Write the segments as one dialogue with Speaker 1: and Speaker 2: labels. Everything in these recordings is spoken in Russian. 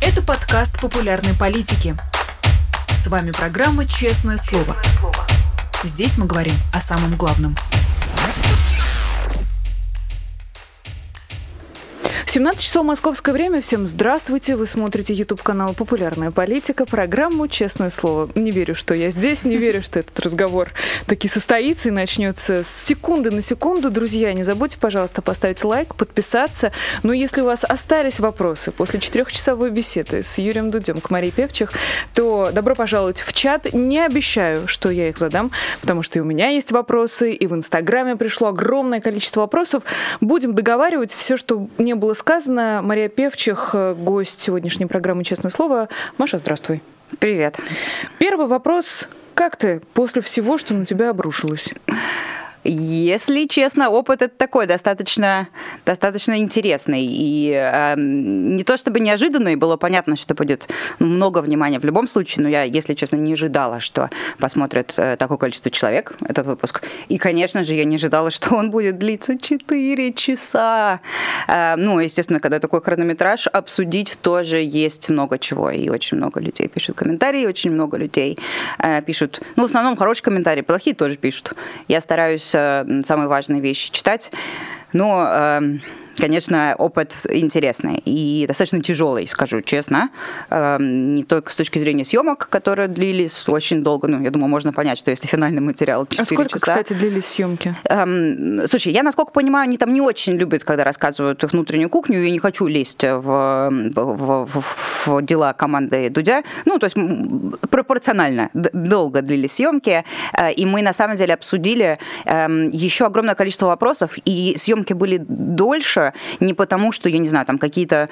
Speaker 1: Это подкаст популярной политики. С вами программа «Честное слово». Здесь мы говорим о самом главном.
Speaker 2: 17 часов московское время. Всем здравствуйте. Вы смотрите YouTube-канал «Популярная политика», программу «Честное слово». Не верю, что я здесь, не верю, что этот разговор таки состоится и начнется с секунды на секунду. Друзья, не забудьте, пожалуйста, поставить лайк, подписаться. Но если у вас остались вопросы после 4-часовой беседы с Юрием Дудем к Марии Певчих, то добро пожаловать в чат. Не обещаю, что я их задам, потому что и у меня есть вопросы, и в Инстаграме пришло огромное количество вопросов. Будем договаривать все, что не было сказано. Мария Певчих, гость сегодняшней программы «Честное слово». Маша, здравствуй.
Speaker 3: Привет.
Speaker 2: Первый вопрос. Как ты после всего, что на тебя обрушилось?
Speaker 3: Если честно, опыт это такой достаточно интересный. И не то чтобы неожиданный, было понятно, что будет много внимания в любом случае, но я, если честно, не ожидала, что посмотрит такое количество человек этот выпуск. И, конечно же, я не ожидала, что он будет длиться 4 часа. Естественно, когда такой хронометраж, обсудить тоже есть много чего. И очень много людей пишут комментарии, очень много людей пишут, в основном хорошие комментарии, плохие тоже пишут. Я стараюсь самые важные вещи читать, но, конечно, опыт интересный и достаточно тяжелый, скажу честно. Не только с точки зрения съемок, которые длились очень долго. Я думаю, можно понять, что если финальный материал 4 часа...
Speaker 2: А сколько, кстати, длились съемки?
Speaker 3: Слушай, я, насколько понимаю, они там не очень любят, когда рассказывают их внутреннюю кухню. Я не хочу лезть в дела команды Дудя. То есть пропорционально долго длились съемки. И мы, на самом деле, обсудили еще огромное количество вопросов. И съемки были дольше, не потому, что, я не знаю, там какие-то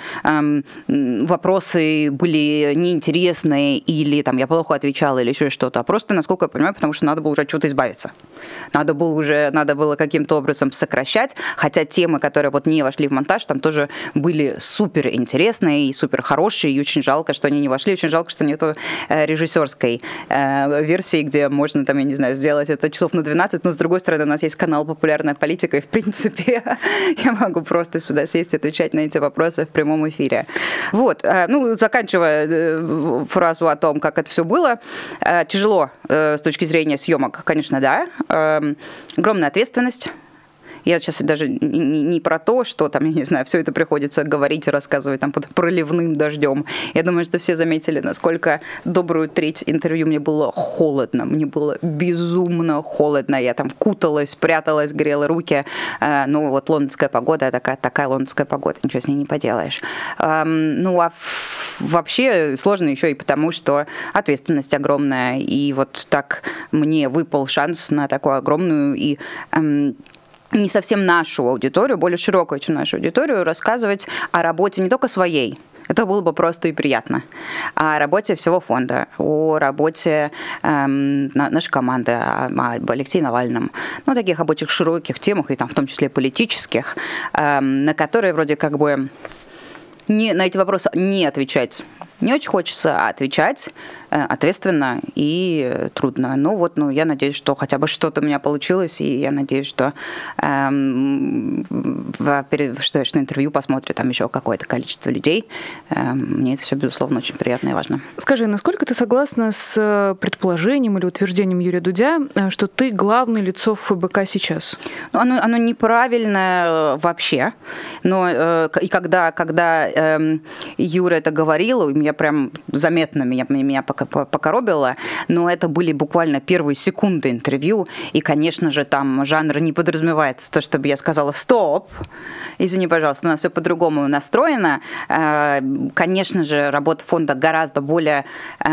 Speaker 3: вопросы были неинтересные или там я плохо отвечала или еще что-то, а просто, насколько я понимаю, потому что надо было уже от чего-то избавиться. Надо было каким-то образом сокращать, хотя темы, которые не вошли в монтаж, там тоже были супер интересные и супер хорошие, и очень жалко, что они не вошли, очень жалко, что нету режиссерской версии, где можно, я не знаю, сделать это часов на 12, но с другой стороны у нас есть канал «Популярная политика», и в принципе я могу просто сюда сесть и отвечать на эти вопросы в прямом эфире. Заканчивая фразу о том, как это все было, тяжело с точки зрения съемок, конечно, да. Огромная ответственность. Я сейчас даже не про то, что я не знаю, все это приходится говорить и рассказывать под проливным дождем. Я думаю, что все заметили, насколько добрую треть интервью мне было холодно. Мне было безумно холодно. Я куталась, пряталась, грела руки. Лондонская погода, такая лондонская погода, ничего с ней не поделаешь. Вообще сложно еще и потому, что ответственность огромная. И так мне выпал шанс на такую огромную и не совсем нашу аудиторию, более широкую, чем нашу аудиторию, рассказывать о работе не только своей. Это было бы просто и приятно. О работе всего фонда, о работе нашей команды, об Алексее Навальном. Таких об очень широких темах, и в том числе политических, на которые вроде на эти вопросы не отвечать не очень хочется, а отвечать ответственно и трудно. Я надеюсь, что хотя бы что-то у меня получилось, и я надеюсь, что интервью посмотрит еще какое-то количество людей. Мне это все, безусловно, очень приятно и важно.
Speaker 2: Скажи, насколько ты согласна с предположением или утверждением Юрия Дудя, что ты главное лицо в ФБК сейчас?
Speaker 3: Оно неправильное вообще. Но и когда Юра это говорил, меня прям заметно меня покоробило, но это были буквально первые секунды интервью, и, конечно же, там жанр не подразумевается то, чтобы я сказала «стоп», извини, пожалуйста, у нас все по-другому настроено. Конечно же, работа фонда гораздо более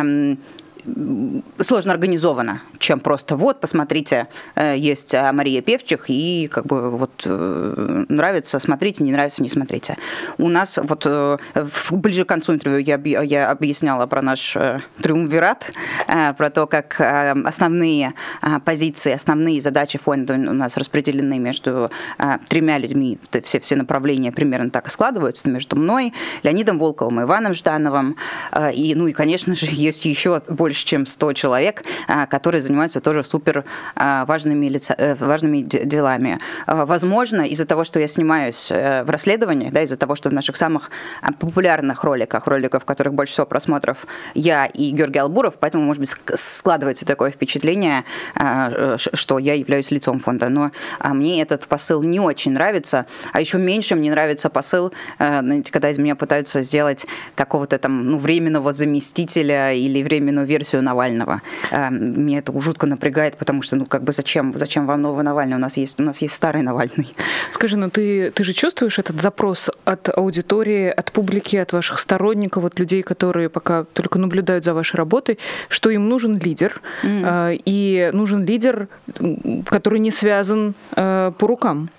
Speaker 3: сложно организовано, чем просто посмотрите, есть Мария Певчих, и нравится, смотрите, не нравится, не смотрите. У нас ближе к концу интервью я объясняла про наш триумвират, про то, как основные позиции, основные задачи фонда у нас распределены между 3 людьми, все направления примерно так и складываются, между мной, Леонидом Волковым и Иваном Ждановым, и, конечно же, есть еще более больше, чем 100 человек, которые занимаются тоже супер важными делами. Возможно, из-за того, что я снимаюсь в расследованиях, да, из-за того, что в наших самых популярных роликах, в которых больше всего просмотров, я и Георгий Албуров, поэтому, может быть, складывается такое впечатление, что я являюсь лицом фонда. Но мне этот посыл не очень нравится, а еще меньше мне нравится посыл, когда из меня пытаются сделать какого-то там временного заместителя или временную версию Навального. Меня это жутко напрягает, потому что, зачем вам новый Навальный? У нас есть старый Навальный.
Speaker 2: Скажи, ты же чувствуешь этот запрос от аудитории, от публики, от ваших сторонников, от людей, которые пока только наблюдают за вашей работой, что им нужен лидер, и нужен лидер, который не связан по рукам?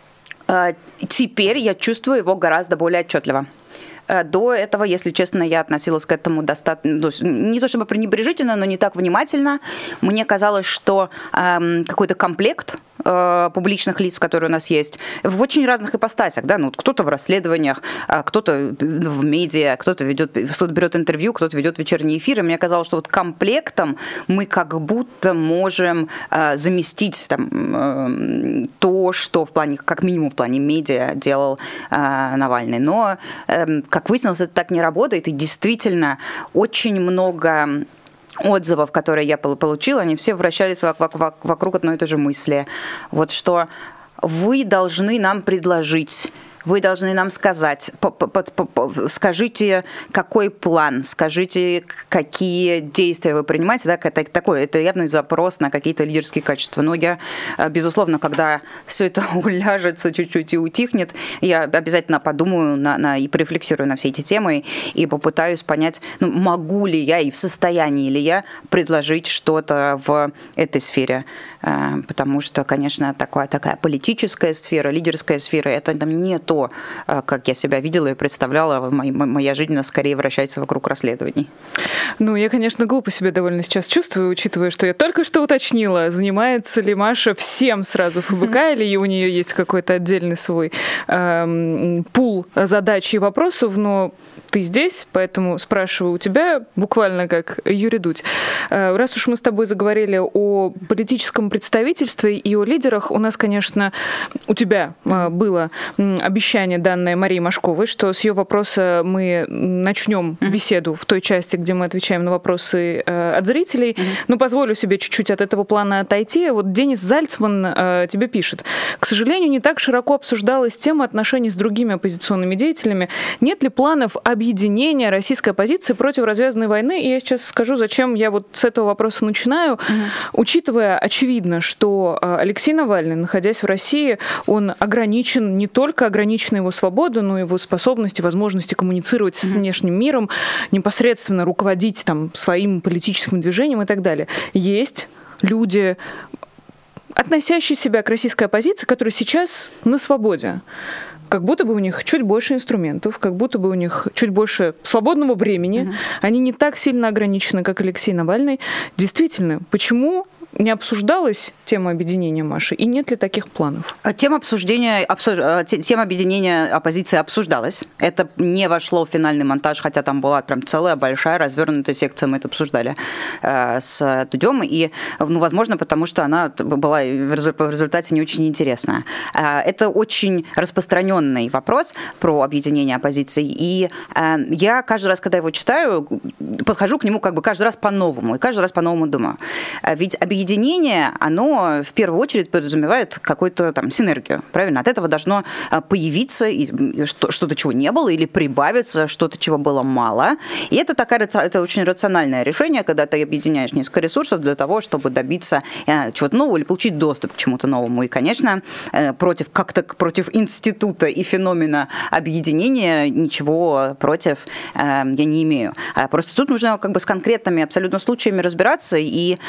Speaker 3: Теперь я чувствую его гораздо более отчетливо. До этого, если честно, я относилась к этому достаточно, не то чтобы пренебрежительно, но не так внимательно. Мне казалось, что какой-то комплект публичных лиц, которые у нас есть, в очень разных ипостасях, да, кто-то в расследованиях, кто-то в медиа, кто-то берет интервью, кто-то ведет вечерние эфиры. Мне казалось, что комплектом мы как будто можем заместить то, что как минимум в плане медиа делал Навальный. Но, как выяснилось, это так не работает, и действительно очень много отзывов, которые я получила, они все вращались вокруг одной и той же мысли. Вот что вы должны нам предложить, вы должны нам сказать, скажите, какой план, скажите, какие действия вы принимаете. Да, это явный запрос на какие-то лидерские качества. Но я, безусловно, когда все это уляжется чуть-чуть и утихнет, я обязательно подумаю и порефлексирую на все эти темы и попытаюсь понять, могу ли я и в состоянии ли я предложить что-то в этой сфере. Потому что, конечно, такая политическая сфера, лидерская сфера, это не то, как я себя видела и представляла. Моя жизнь скорее вращается вокруг расследований.
Speaker 2: Я, конечно, глупо себя довольно сейчас чувствую, учитывая, что я только что уточнила, занимается ли Маша всем сразу ФБК, или у нее есть какой-то отдельный свой пул задач и вопросов, но ты здесь, поэтому спрашиваю у тебя буквально как Юрий Дудь. Раз уж мы с тобой заговорили о политическом представительстве и о лидерах, у нас, конечно, у тебя было обещание, данное Марии Машковой, что с ее вопроса мы начнем беседу в той части, где мы отвечаем на вопросы от зрителей. Но позволю себе чуть-чуть от этого плана отойти. Вот Денис Зальцман тебе пишет. К сожалению, не так широко обсуждалась тема отношений с другими оппозиционными деятелями. Нет ли планов объединения российской оппозиции против развязанной войны? И я сейчас скажу, зачем я вот с этого вопроса начинаю. Учитывая, очевидно, что Алексей Навальный, находясь в России, он ограничен, не только ограничена его свобода, но и его способности, возможности коммуницировать с внешним миром, непосредственно руководить своим политическим движением и так далее. Есть люди, относящие себя к российской оппозиции, которые сейчас на свободе. Как будто бы у них чуть больше инструментов, как будто бы у них чуть больше свободного времени. Они не так сильно ограничены, как Алексей Навальный. Действительно, почему не обсуждалась тема объединения, Маши, и нет ли таких планов?
Speaker 3: Тема объединения оппозиции обсуждалась. Это не вошло в финальный монтаж, хотя там была прям целая большая развернутая секция, мы это обсуждали с Дудем, и, возможно, потому что она была в результате не очень интересная. Это очень распространенный вопрос про объединение оппозиции, и я каждый раз, когда его читаю, подхожу к нему каждый раз по-новому, и каждый раз по-новому думаю. Ведь объединение, оно в первую очередь подразумевает какую-то синергию, правильно? От этого должно появиться что-то, чего не было, или прибавиться что-то, чего было мало. И это очень рациональное решение, когда ты объединяешь несколько ресурсов для того, чтобы добиться чего-то нового или получить доступ к чему-то новому. И, конечно, против института и феномена объединения ничего против я не имею. Просто тут нужно с конкретными абсолютно случаями разбираться, и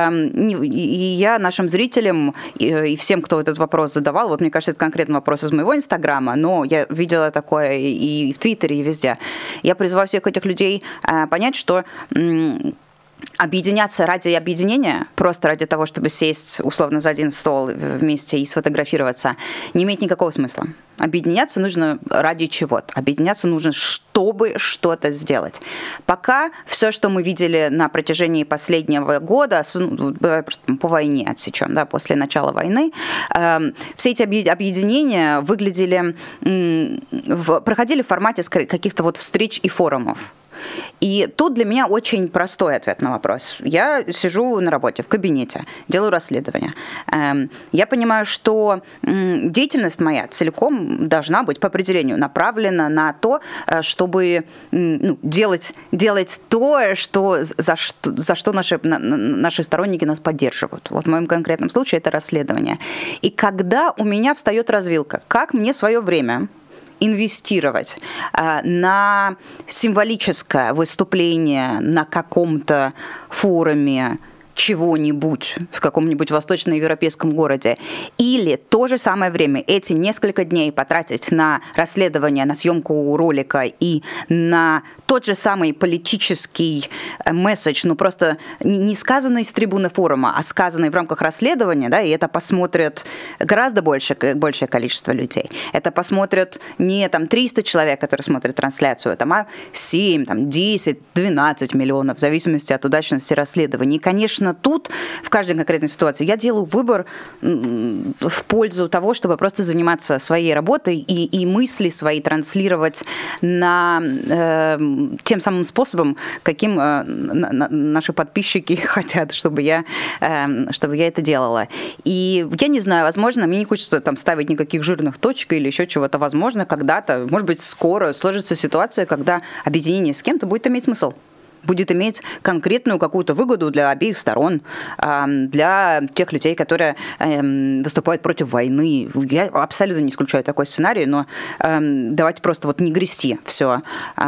Speaker 3: я нашим зрителям и всем, кто этот вопрос задавал, вот мне кажется, это конкретный вопрос из моего Инстаграма, но я видела такое и в Твиттере, и везде. Я призываю всех этих людей понять, что объединяться ради объединения, просто ради того, чтобы сесть условно за один стол вместе и сфотографироваться, не имеет никакого смысла. Объединяться нужно ради чего-то. Объединяться нужно, чтобы что-то сделать. Пока все, что мы видели на протяжении последнего года, давай просто по войне отсечем, да, после начала войны, все эти объединения проходили в формате каких-то вот встреч и форумов. И тут для меня очень простой ответ на вопрос. Я сижу на работе, в кабинете, делаю расследование. Я понимаю, что деятельность моя целиком должна быть по определению направлена на то, чтобы делать то, за что наши сторонники нас поддерживают. Вот в моем конкретном случае это расследование. И когда у меня встает развилка, как мне свое время инвестировать на символическое выступление на каком-то форуме чего-нибудь в каком-нибудь восточноевропейском городе, или то же самое время, эти несколько дней потратить на расследование, на съемку ролика и на тот же самый политический месседж, просто не сказанный с трибуны форума, а сказанный в рамках расследования, да, и это посмотрят гораздо большее количество людей. Это посмотрят не 300 человек, которые смотрят трансляцию, а 7, 10, 12 миллионов, в зависимости от удачности расследования. И, конечно, тут, в каждой конкретной ситуации, я делаю выбор в пользу того, чтобы просто заниматься своей работой и мысли свои транслировать тем самым способом, каким наши подписчики хотят, чтобы я это делала. И я не знаю, возможно, мне не хочется ставить никаких жирных точек или еще чего-то. Возможно, когда-то, может быть, скоро сложится ситуация, когда объединение с кем-то будет иметь смысл. Будет иметь конкретную какую-то выгоду для обеих сторон, для тех людей, которые выступают против войны. Я абсолютно не исключаю такой сценарий, но давайте просто не грести все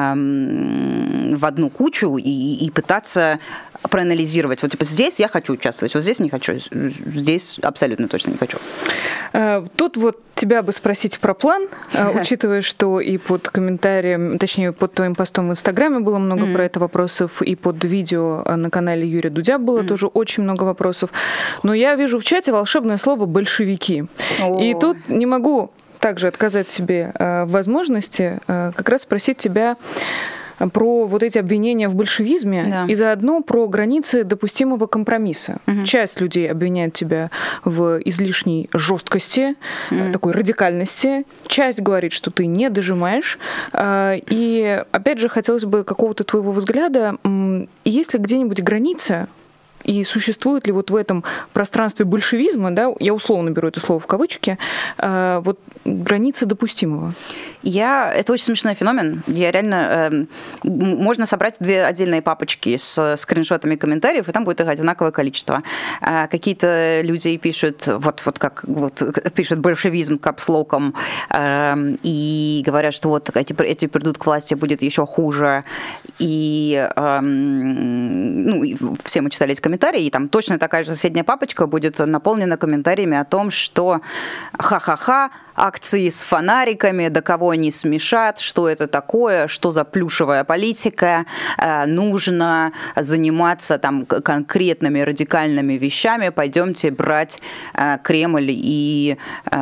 Speaker 3: в одну кучу и пытаться проанализировать. Здесь я хочу участвовать, здесь не хочу, здесь абсолютно точно не хочу.
Speaker 2: Тут тебя бы спросить про план, учитывая, что и под комментарием, точнее, под твоим постом в Инстаграме было много про это вопросов, и под видео на канале Юрия Дудя было тоже очень много вопросов. Но я вижу в чате волшебное слово «большевики». И тут не могу также отказать себе в возможности как раз спросить тебя про эти обвинения в большевизме и заодно про границы допустимого компромисса. Часть людей обвиняет тебя в излишней жесткости, такой радикальности. Часть говорит, что ты не дожимаешь. И опять же, хотелось бы какого-то твоего взгляда. Есть ли где-нибудь граница, и существует ли в этом пространстве большевизма, да, я условно беру это слово в кавычки, граница допустимого?
Speaker 3: Это очень смешной феномен. Я реально... можно собрать 2 отдельные папочки с скриншотами комментариев, и там будет их одинаковое количество. Какие-то люди пишут, как пишут большевизм капслоком, и говорят, что эти придут к власти, будет еще хуже. И все мы читали эти комментарии, и там точно такая же соседняя папочка будет наполнена комментариями о том, что ха-ха-ха, акции с фонариками, до кого они смешат, что это такое, что за плюшевая политика, нужно заниматься конкретными радикальными вещами, пойдемте брать Кремль и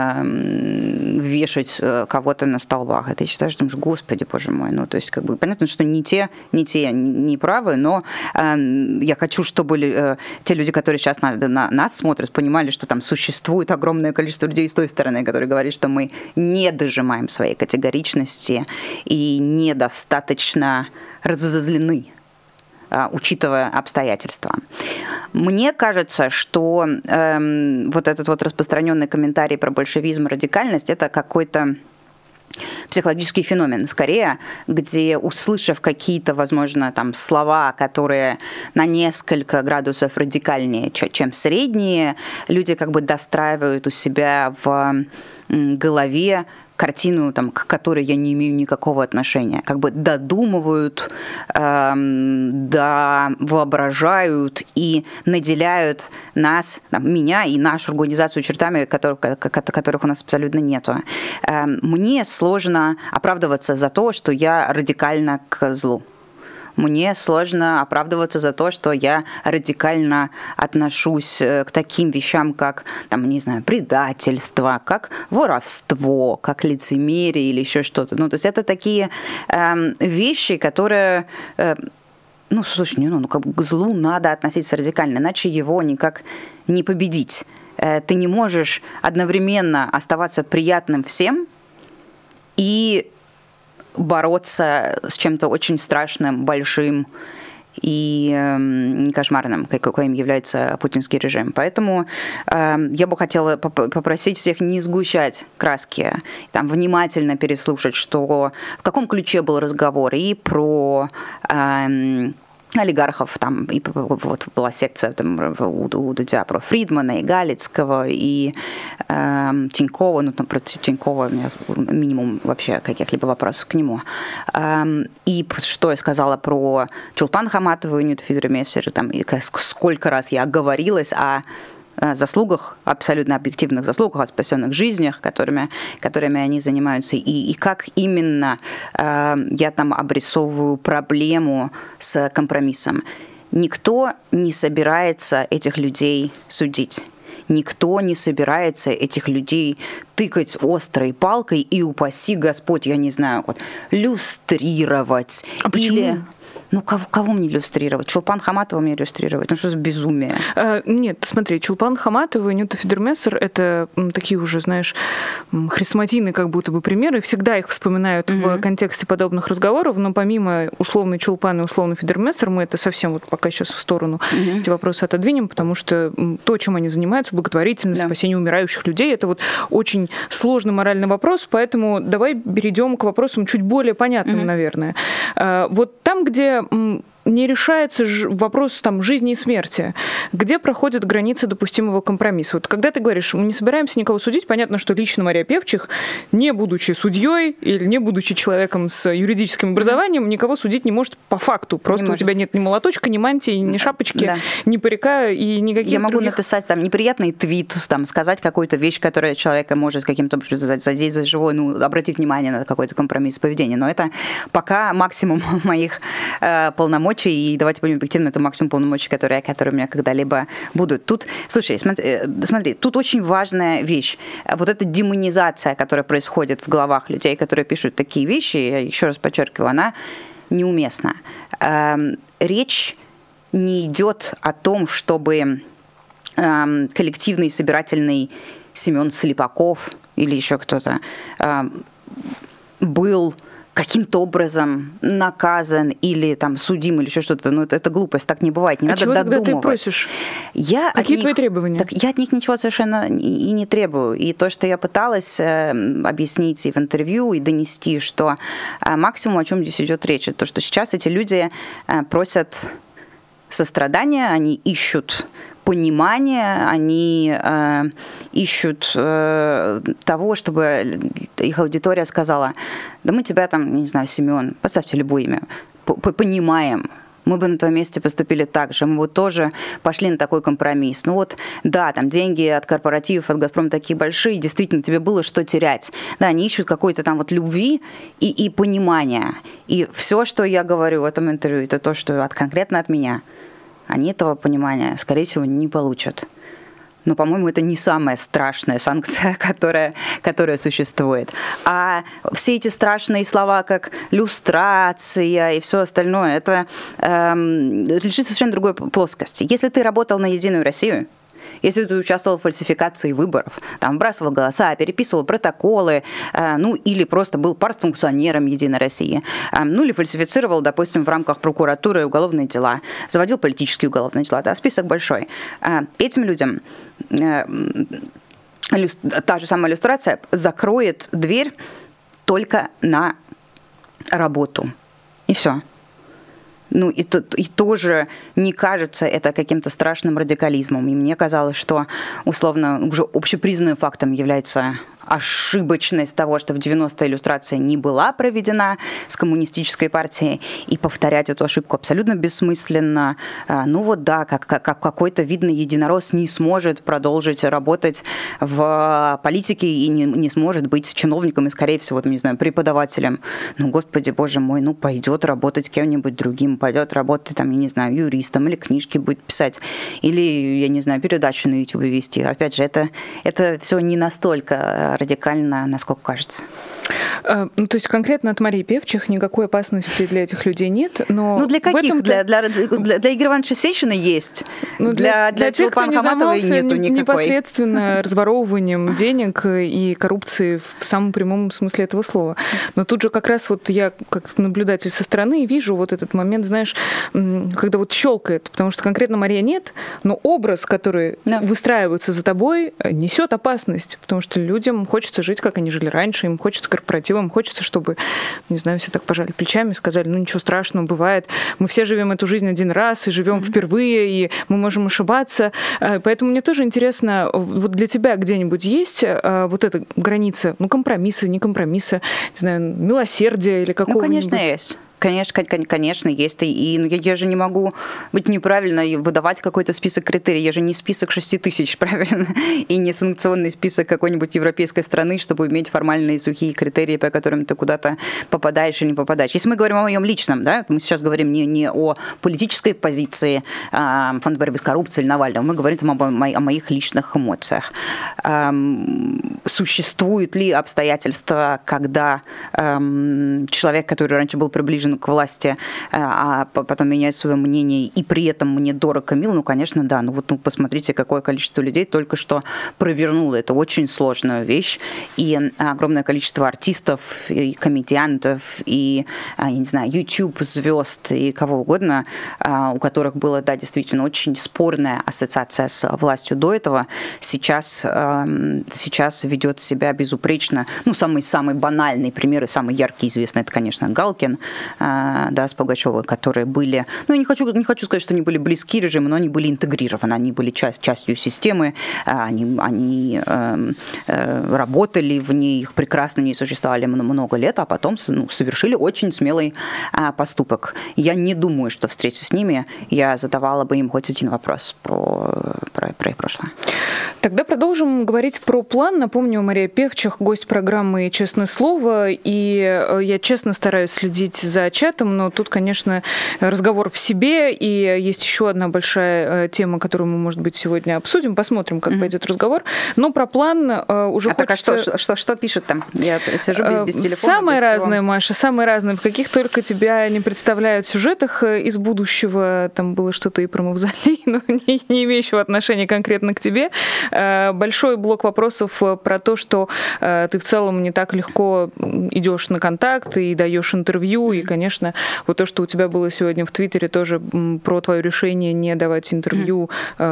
Speaker 3: вешать кого-то на столбах. Это я считаю, что думаешь, господи, боже мой, понятно, что не те не правы, но я хочу, чтобы те люди, которые сейчас на нас смотрят, понимали, что там существует огромное количество людей с той стороны, которые говорят, что мы не дожимаем своей категоричности и недостаточно разозлены, учитывая обстоятельства. Мне кажется, что этот распространенный комментарий про большевизм и радикальность – это какой-то психологический феномен, скорее, где, услышав какие-то, возможно, слова, которые на несколько градусов радикальнее, чем средние, люди достраивают у себя в голове картину, к которой я не имею никакого отношения. додумывают, воображают и наделяют нас, меня и нашу организацию чертами, которых у нас абсолютно нету. Мне сложно оправдываться за то, что я радикальна к злу. мне сложно оправдываться за то, что я радикально отношусь к таким вещам, как, там, не знаю, предательство, как воровство, как лицемерие или еще что-то. Ну, то есть это такие вещи, которые... Ну, слушай, как бы к злу надо относиться радикально, иначе его никак не победить. Ты не можешь одновременно оставаться приятным всем и бороться с чем-то очень страшным, большим и кошмарным, каким является путинский режим. Поэтому я бы хотела попросить всех не сгущать краски, там, внимательно переслушать, что, в каком ключе был разговор и про... олигархов, там, и вот была секция там, у Дудя про Фридмана и Галицкого, и Тинькова, ну, там, про Тинькова у меня минимум вообще каких-либо вопросов к нему. И что я сказала про Чулпан Хаматову и Нюту Фидермессер, там, и сколько раз я оговорилась о заслугах, абсолютно объективных заслугах, о спасенных жизнях, которыми они занимаются, и как именно я там обрисовываю проблему с компромиссом. Никто не собирается этих людей судить. Никто не собирается этих людей тыкать острой палкой и, упаси Господь, я не знаю, вот, люстрировать.
Speaker 2: А почему?
Speaker 3: Или... Ну, кого мне иллюстрировать? Чулпан Хаматова мне иллюстрировать? Ну, что за безумие?
Speaker 2: Нет, смотри, Чулпан Хаматова и Нюта Фидермессер — это такие уже, знаешь, хрестоматийные как будто бы примеры. Всегда их вспоминают в контексте подобных разговоров, но помимо условной Чулпан и условной Фидермессер, мы это совсем вот пока сейчас в сторону эти вопросы отодвинем, потому что то, чем они занимаются, благотворительность, спасение умирающих людей, это вот очень сложный моральный вопрос, поэтому давай перейдем к вопросам чуть более понятным, наверное. Вот там, где не решается вопрос там, жизни и смерти, где проходит граница допустимого компромисса. Вот когда ты говоришь, мы не собираемся никого судить, понятно, что лично Мария Певчих, не будучи судьей или не будучи человеком с юридическим образованием, никого судить не может по факту. Просто у тебя нет ни молоточка, ни мантии, ни шапочки, ни парика и никаких
Speaker 3: Я могу
Speaker 2: других...
Speaker 3: написать там неприятный твит, там, сказать какую-то вещь, которая человека может каким-то образом задеть за живое, ну, обратить внимание на какой-то компромисс поведения. Но это пока максимум моих полномочий, и давайте будем объективны, это максимум полномочий, которые у меня когда-либо будут. Тут, слушай, смотри, тут очень важная вещь. Вот эта демонизация, которая происходит в головах людей, которые пишут такие вещи, я еще раз подчеркиваю, она неуместна. Речь не идет о том, чтобы коллективный собирательный Семен Слепаков или еще кто-то был каким-то образом наказан или там судим, или еще что-то. Ну, это глупость, так не бывает. Не надо
Speaker 2: чего
Speaker 3: додумывать.
Speaker 2: Тогда ты просишь? Какие твои требования?
Speaker 3: Так я от них ничего совершенно и не требую. И то, что я пыталась объяснить и в интервью, и донести, что максимум, о чем здесь идет речь, это то, что сейчас эти люди просят сострадания, они ищут понимание, они ищут того, чтобы их аудитория сказала, да мы тебя там, не знаю, Семен, поставьте любое имя, понимаем, мы бы на твоем месте поступили так же, мы бы тоже пошли на такой компромисс. Ну вот, да, там деньги от корпоративов, от «Газпрома» такие большие, действительно, тебе было что терять. Да, они ищут какой-то там вот любви и понимания. И все, что я говорю в этом интервью, это то, что конкретно от меня. Они этого понимания, скорее всего, не получат. Но, по-моему, это не самая страшная санкция, которая существует. А все эти страшные слова, как люстрация и все остальное, это лежит в совершенно другой плоскости. Если ты работал на «Единую Россию», если ты участвовал в фальсификации выборов, там, вбрасывал голоса, переписывал протоколы, ну, или просто был партфункционером «Единой России», ну, или фальсифицировал, допустим, в рамках прокуратуры уголовные дела, заводил политические уголовные дела, да, список большой. Этим людям та же самая иллюстрация закроет дверь только на работу. И все. Ну, и тоже не кажется это каким-то страшным радикализмом. И мне казалось, что, условно, уже общепризнанным фактом является ошибочность того, что в 90-е иллюстрация не была проведена с коммунистической партией, и повторять эту ошибку абсолютно бессмысленно. Ну вот да, как какой-то видный единорос не сможет продолжить работать в политике и не сможет быть чиновником и, скорее всего, там, не знаю, преподавателем. Ну, господи, боже мой, ну пойдет работать кем-нибудь другим, пойдет работать, там, я не знаю, юристом, или книжки будет писать, или, я не знаю, передачу на YouTube вести. Опять же, это все не настолько радикально, насколько кажется.
Speaker 2: Ну, то есть конкретно от Марии Певчих никакой опасности для этих людей нет, но...
Speaker 3: Ну, для каких? Для Игоря Ивановича Сечина есть.
Speaker 2: Ну, для тех, кто не занимался непосредственно разворовыванием денег и коррупции в самом прямом смысле этого слова. Но тут же как раз вот я, как наблюдатель со стороны, вижу вот этот момент, знаешь, когда вот щелкает, потому что конкретно Мария нет, но образ, который выстраивается за тобой, несет опасность, потому что людям хочется жить, как они жили раньше, им хочется корпоратива, им хочется, чтобы, не знаю, все так пожали плечами, сказали, ну ничего страшного, бывает, мы все живем эту жизнь один раз и живем впервые, и мы можем ошибаться. Поэтому мне тоже интересно, вот для тебя где-нибудь есть вот эта граница, ну, компромисса, не компромисса, не знаю, милосердия или какого-нибудь?
Speaker 3: Ну, конечно, есть. Конечно, есть. И я же не могу быть неправильно и выдавать какой-то список критерий. Я же не список 6000, правильно? И не санкционный список какой-нибудь европейской страны, чтобы иметь формальные сухие критерии, по которым ты куда-то попадаешь или не попадаешь. Если мы говорим о моем личном, да, мы сейчас говорим не о политической позиции Фонда борьбы с коррупцией или Навального, мы говорим о моих личных эмоциях. Существуют ли обстоятельства, когда человек, который раньше был приближен к власти, а потом меняет свое мнение, и при этом мне дорого мил, ну, конечно, да. Ну, вот посмотрите, какое количество людей только что провернуло. Это очень сложная вещь. И огромное количество артистов, и комедиантов, и, я не знаю, YouTube-звезд, и кого угодно, у которых была, да, действительно очень спорная ассоциация с властью до этого, сейчас ведет себя безупречно. Ну, самый банальный пример и самый яркий, известный, это, конечно, Галкин, да, с Пугачевой, которые были, ну, я не хочу сказать, что они были близки режиму, но они были интегрированы, они были частью системы, они работали в ней, их прекрасно в ней существовали много лет, а потом совершили очень смелый поступок. Я не думаю, что встретясь с ними, я задавала бы им хоть один вопрос про их прошлое.
Speaker 2: Тогда продолжим говорить про план. Напомню, Мария Певчих, гость программы «Честное слово», и я честно стараюсь следить за чатом, но тут, конечно, разговор в себе, и есть еще одна большая тема, которую мы, может быть, сегодня обсудим, посмотрим, как пойдет разговор. Но про план уже хочется...
Speaker 3: Так, что пишут там? Я сижу без телефона.
Speaker 2: Самое разное, Маша, самое разное. В каких только тебя не представляют сюжетах из будущего. Там было что-то и про мавзолей, но не имеющего отношения конкретно к тебе. Большой блок вопросов про то, что ты в целом не так легко идешь на контакт и даешь интервью, и, конечно, вот то, что у тебя было сегодня в Твиттере, тоже про твое решение не давать интервью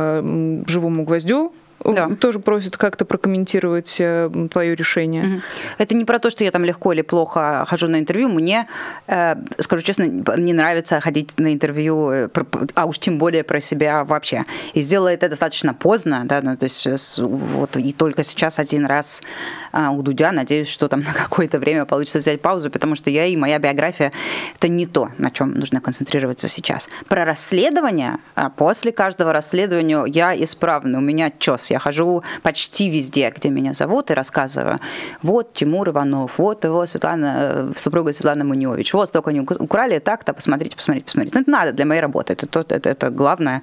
Speaker 2: «Живому гвоздю». Да. Тоже просят как-то прокомментировать твое решение.
Speaker 3: Это не про то, что я там легко или плохо хожу на интервью. Мне, скажу честно, не нравится ходить на интервью, а уж тем более про себя вообще. И сделала это достаточно поздно, да, ну, то есть вот и только сейчас один раз у Дудя. Надеюсь, что там на какое-то время получится взять паузу, потому что я и моя биография – это не то, на чем нужно концентрироваться сейчас. Про расследование, после каждого расследования я исправна, у меня чёс. Я хожу почти везде, где меня зовут, и рассказываю. Вот Тимур Иванов, вот его супруга Светлана Муньович, вот столько они украли, так-то, посмотрите. Ну, это надо для моей работы. Это главное,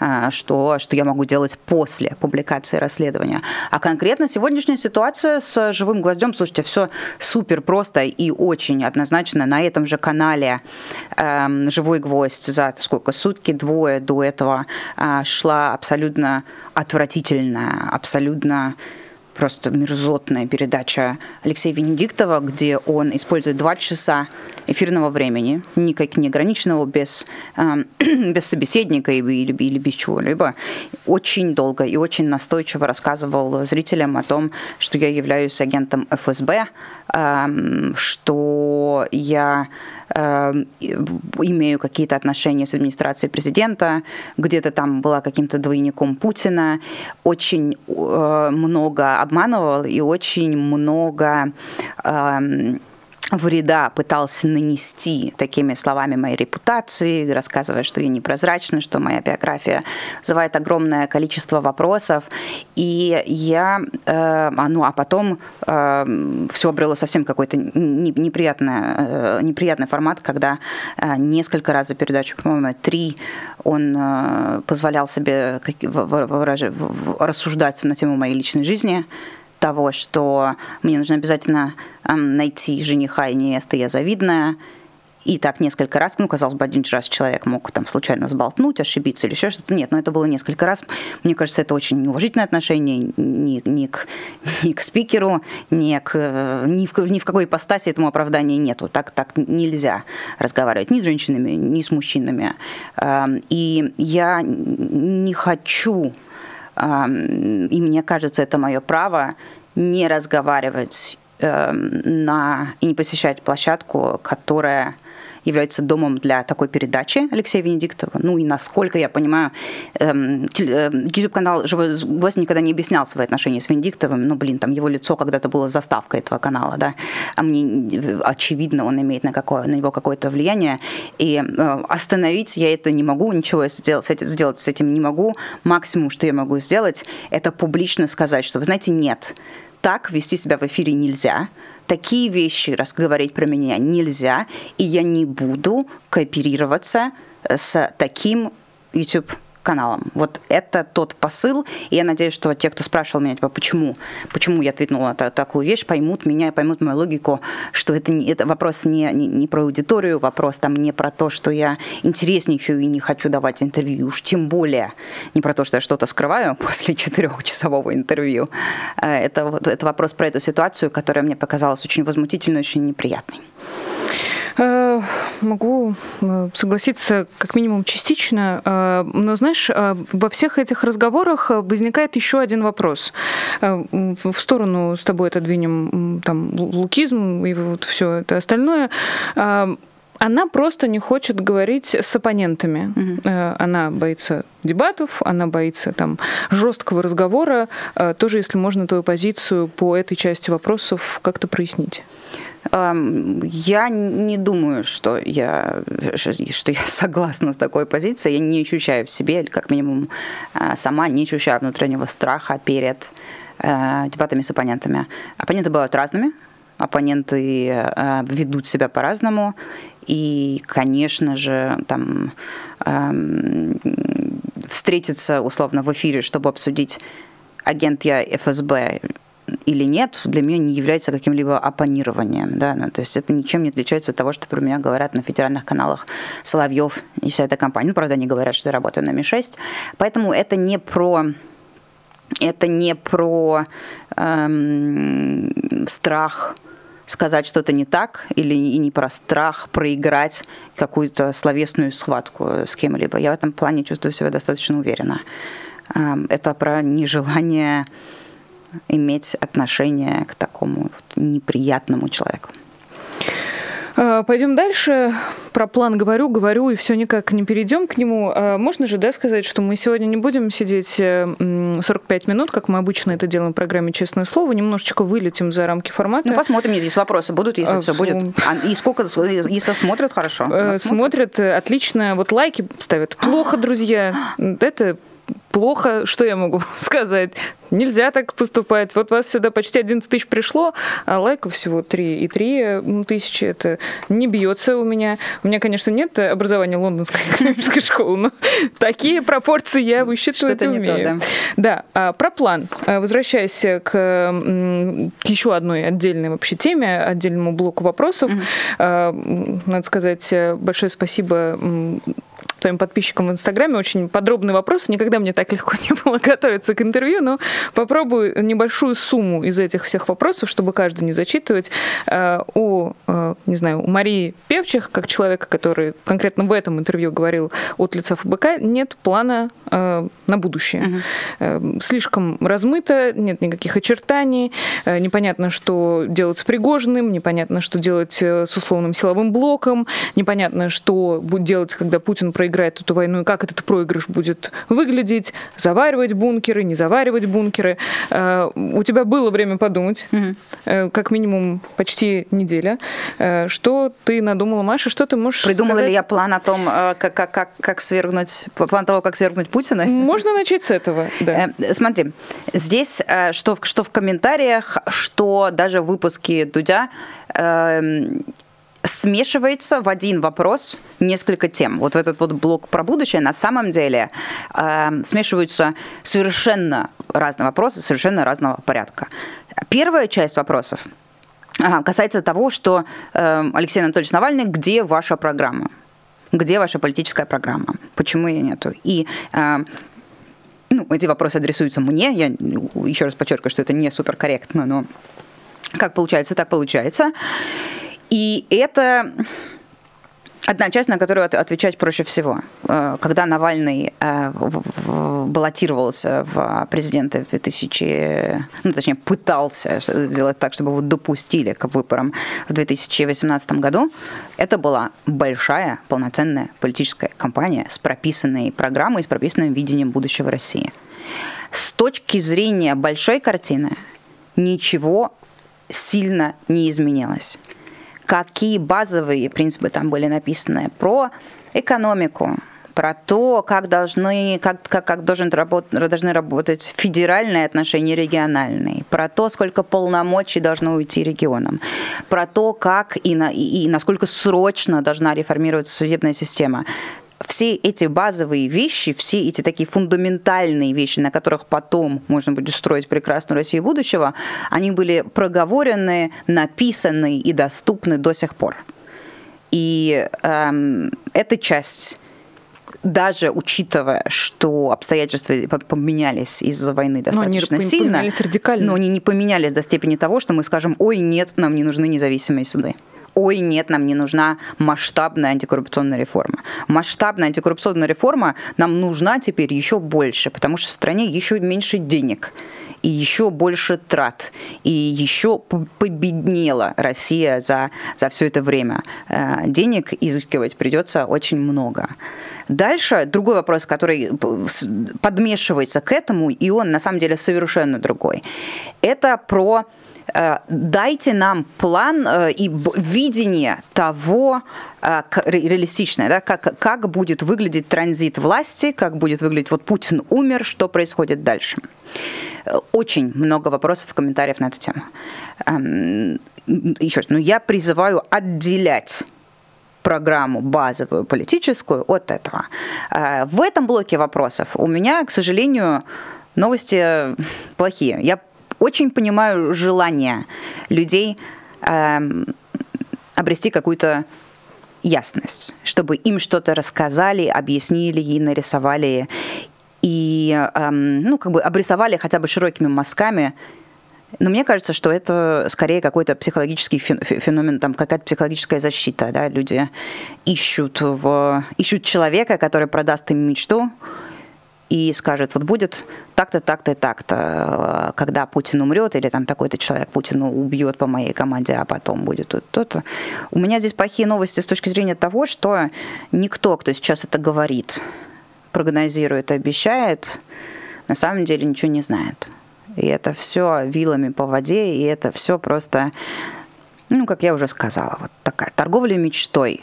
Speaker 3: что я могу делать после публикации расследования. А конкретно сегодняшняя ситуация с «Живым гвоздем», слушайте, все супер просто и очень однозначно. На этом же канале «Живой гвоздь» за сутки, двое до этого шла абсолютно отвратительная, абсолютно просто мерзотная передача Алексея Венедиктова, где он использует 2 часа эфирного времени, никак неограниченного, без собеседника или без чего-либо, очень долго и очень настойчиво рассказывал зрителям о том, что я являюсь агентом ФСБ, что я имею какие-то отношения с администрацией президента, где-то там была каким-то двойником Путина, очень много обманывал и очень много вреда пытался нанести такими словами моей репутации, рассказывая, что я непрозрачна, что моя биография вызывает огромное количество вопросов. И я, а потом все обрело совсем какой-то неприятный формат, когда несколько раз за передачу, по-моему, 3, он позволял себе рассуждать на тему моей личной жизни, того, что мне нужно обязательно найти жениха и невесты, я завидная. И так несколько раз, казалось бы, один раз человек мог там случайно сболтнуть, ошибиться или еще что-то. Нет, но это было несколько раз. Мне кажется, это очень неуважительное отношение ни к спикеру, ни в какой ипостаси этому оправдания нету. Так нельзя разговаривать ни с женщинами, ни с мужчинами. И я не хочу, и мне кажется, это мое право, не разговаривать и не посещать площадку, которая является домом для такой передачи Алексея Венедиктова. И насколько я понимаю, YouTube-канал «Живой гвоздь» никогда не объяснял свои отношения с Венедиктовым. Там его лицо когда-то было заставкой этого канала, да. А мне, очевидно, он имеет на него какое-то влияние. И остановить я это не могу, ничего сделать с этим не могу. Максимум, что я могу сделать, это публично сказать, что, вы знаете, нет, так вести себя в эфире нельзя. Такие вещи говорить про меня нельзя, и я не буду кооперироваться с таким YouTube-каналом. Вот это тот посыл, и я надеюсь, что те, кто спрашивал меня, почему я ответила такую вещь, поймут меня и поймут мою логику, что это вопрос не про аудиторию, вопрос там не про то, что я интересничаю и не хочу давать интервью, уж тем более не про то, что я что-то скрываю после 4-часового интервью. Это вопрос про эту ситуацию, которая мне показалась очень возмутительной, очень неприятной.
Speaker 2: Могу согласиться как минимум частично, но, знаешь, во всех этих разговорах возникает еще один вопрос. В сторону с тобой отодвинем там лукизм и вот все это остальное. Она просто не хочет говорить с оппонентами. Mm-hmm. Она боится дебатов, она боится там жесткого разговора. Тоже, если можно, твою позицию по этой части вопросов как-то прояснить.
Speaker 3: Я не думаю, что я согласна с такой позицией. Я не ощущаю в себе, или как минимум сама не ощущаю внутреннего страха перед дебатами с оппонентами. Оппоненты бывают разными, оппоненты ведут себя по-разному. И, конечно же, там встретиться условно в эфире, чтобы обсудить, агент я ФСБ или нет, для меня не является каким-либо оппонированием. Да? То есть это ничем не отличается от того, что про меня говорят на федеральных каналах Соловьев и вся эта компания. Правда, они говорят, что я работаю на Ми-6. Поэтому это не про страх сказать что-то не так, или и не про страх проиграть какую-то словесную схватку с кем-либо. Я в этом плане чувствую себя достаточно уверенно. Это про нежелание иметь отношение к такому неприятному человеку.
Speaker 2: Пойдем дальше. Про план говорю, и все никак не перейдем к нему. Можно же, сказать, что мы сегодня не будем сидеть 45 минут, как мы обычно это делаем в программе «Честное слово», немножечко вылетим за рамки формата.
Speaker 3: Посмотрим, если вопросы будут, если все будет. И сколько, если смотрят, хорошо.
Speaker 2: Смотрят отлично, вот лайки ставят. Плохо, друзья. Это плохо, что я могу сказать? Нельзя так поступать. Вот вас сюда почти 11 тысяч пришло, а лайков всего 3,3 тысячи. Это не бьется у меня. У меня, конечно, нет образования Лондонской экономической школы, но такие пропорции я высчитывать умею. Да, про план. Возвращаясь к еще одной отдельной вообще теме, отдельному блоку вопросов. Надо сказать большое спасибо твоим подписчикам в Инстаграме. Очень подробный вопрос. Никогда мне так легко не было готовиться к интервью, но попробую небольшую сумму из этих всех вопросов, чтобы каждый не зачитывать. У Марии Певчих, как человека, который конкретно в этом интервью говорил от лица ФБК, нет плана на будущее. Слишком размыто, нет никаких очертаний, непонятно, что делать с Пригожиным, непонятно, что делать с условным силовым блоком, непонятно, что будет делать, когда Путин проиграет эту войну, и как этот проигрыш будет выглядеть, заваривать бункеры, не заваривать бункеры. У тебя было время подумать, как минимум почти неделя. Что ты надумала, Маша, что ты можешь
Speaker 3: Придумала
Speaker 2: сказать?
Speaker 3: ли я план о том, как свергнуть, план того, как свергнуть Путина?
Speaker 2: Можно начать с этого, да.
Speaker 3: Смотри, здесь, что в комментариях, что даже в выпуске Дудя, смешивается в один вопрос несколько тем. Вот в этот вот блок про будущее на самом деле смешиваются совершенно разные вопросы, совершенно разного порядка. Первая часть вопросов касается того, что Алексей Анатольевич Навальный, где ваша программа? Где ваша политическая программа? Почему ее нету? И эти вопросы адресуются мне. Я еще раз подчеркиваю, что это не суперкорректно, но как получается, так получается. И это одна часть, на которую отвечать проще всего. Когда Навальный баллотировался в президенты в пытался сделать так, чтобы его допустили к выборам в 2018 году, это была большая, полноценная политическая кампания с прописанной программой, с прописанным видением будущего России. С точки зрения большой картины ничего сильно не изменилось. Какие базовые принципы там были написаны про экономику, про то, как должны работать федеральные отношения, региональные, про то, сколько полномочий должно уйти регионам, про то, как и насколько срочно должна реформироваться судебная система. Все эти базовые вещи, все эти такие фундаментальные вещи, на которых потом можно будет строить прекрасную Россию будущего, они были проговорены, написаны и доступны до сих пор. И эта часть, даже учитывая, что обстоятельства поменялись из-за войны достаточно сильно,
Speaker 2: поменялись радикально.
Speaker 3: Но они не поменялись до степени того, что мы скажем: ой, нет, нам не нужны независимые суды. Ой, нет, нам не нужна масштабная антикоррупционная реформа. Масштабная антикоррупционная реформа нам нужна теперь еще больше, потому что в стране еще меньше денег, и еще больше трат, и еще победнела Россия за все это время. Денег изыскивать придется очень много. Дальше другой вопрос, который подмешивается к этому, и он на самом деле совершенно другой. Это про дайте нам план и видение того, реалистичное, да, как будет выглядеть транзит власти, как будет выглядеть вот Путин умер, что происходит дальше. Очень много вопросов и комментариев на эту тему. Еще раз, я призываю отделять программу базовую политическую от этого. В этом блоке вопросов у меня, к сожалению, новости плохие. Я очень понимаю желание людей обрести какую-то ясность, чтобы им что-то рассказали, объяснили и нарисовали, и обрисовали хотя бы широкими мазками. Но мне кажется, что это скорее какой-то психологический феномен, там какая-то психологическая защита. Да? Люди ищут человека, который продаст им мечту, и скажет: вот будет так-то, так-то и так-то, когда Путин умрет, или там такой-то человек Путина убьет по моей команде, а потом будет то-то. У меня здесь плохие новости с точки зрения того, что никто, кто сейчас это говорит, прогнозирует, обещает, на самом деле ничего не знает. И это все вилами по воде, и это все просто, как я уже сказала, вот такая торговля мечтой.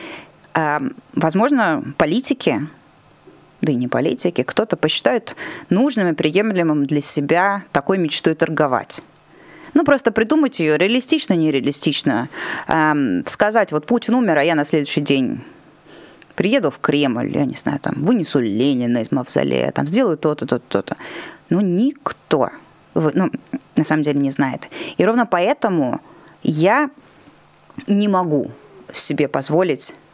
Speaker 3: Возможно, политики, да и не политики, кто-то посчитает нужным и приемлемым для себя такой мечтой торговать. Просто придумать ее реалистично, нереалистично. Сказать: вот Путин умер, а я на следующий день приеду в Кремль, я не знаю, там, вынесу Ленина из мавзолея, там, сделаю то-то, то-то, то-то. Но никто, на самом деле, не знает. И ровно поэтому я не могу себе позволить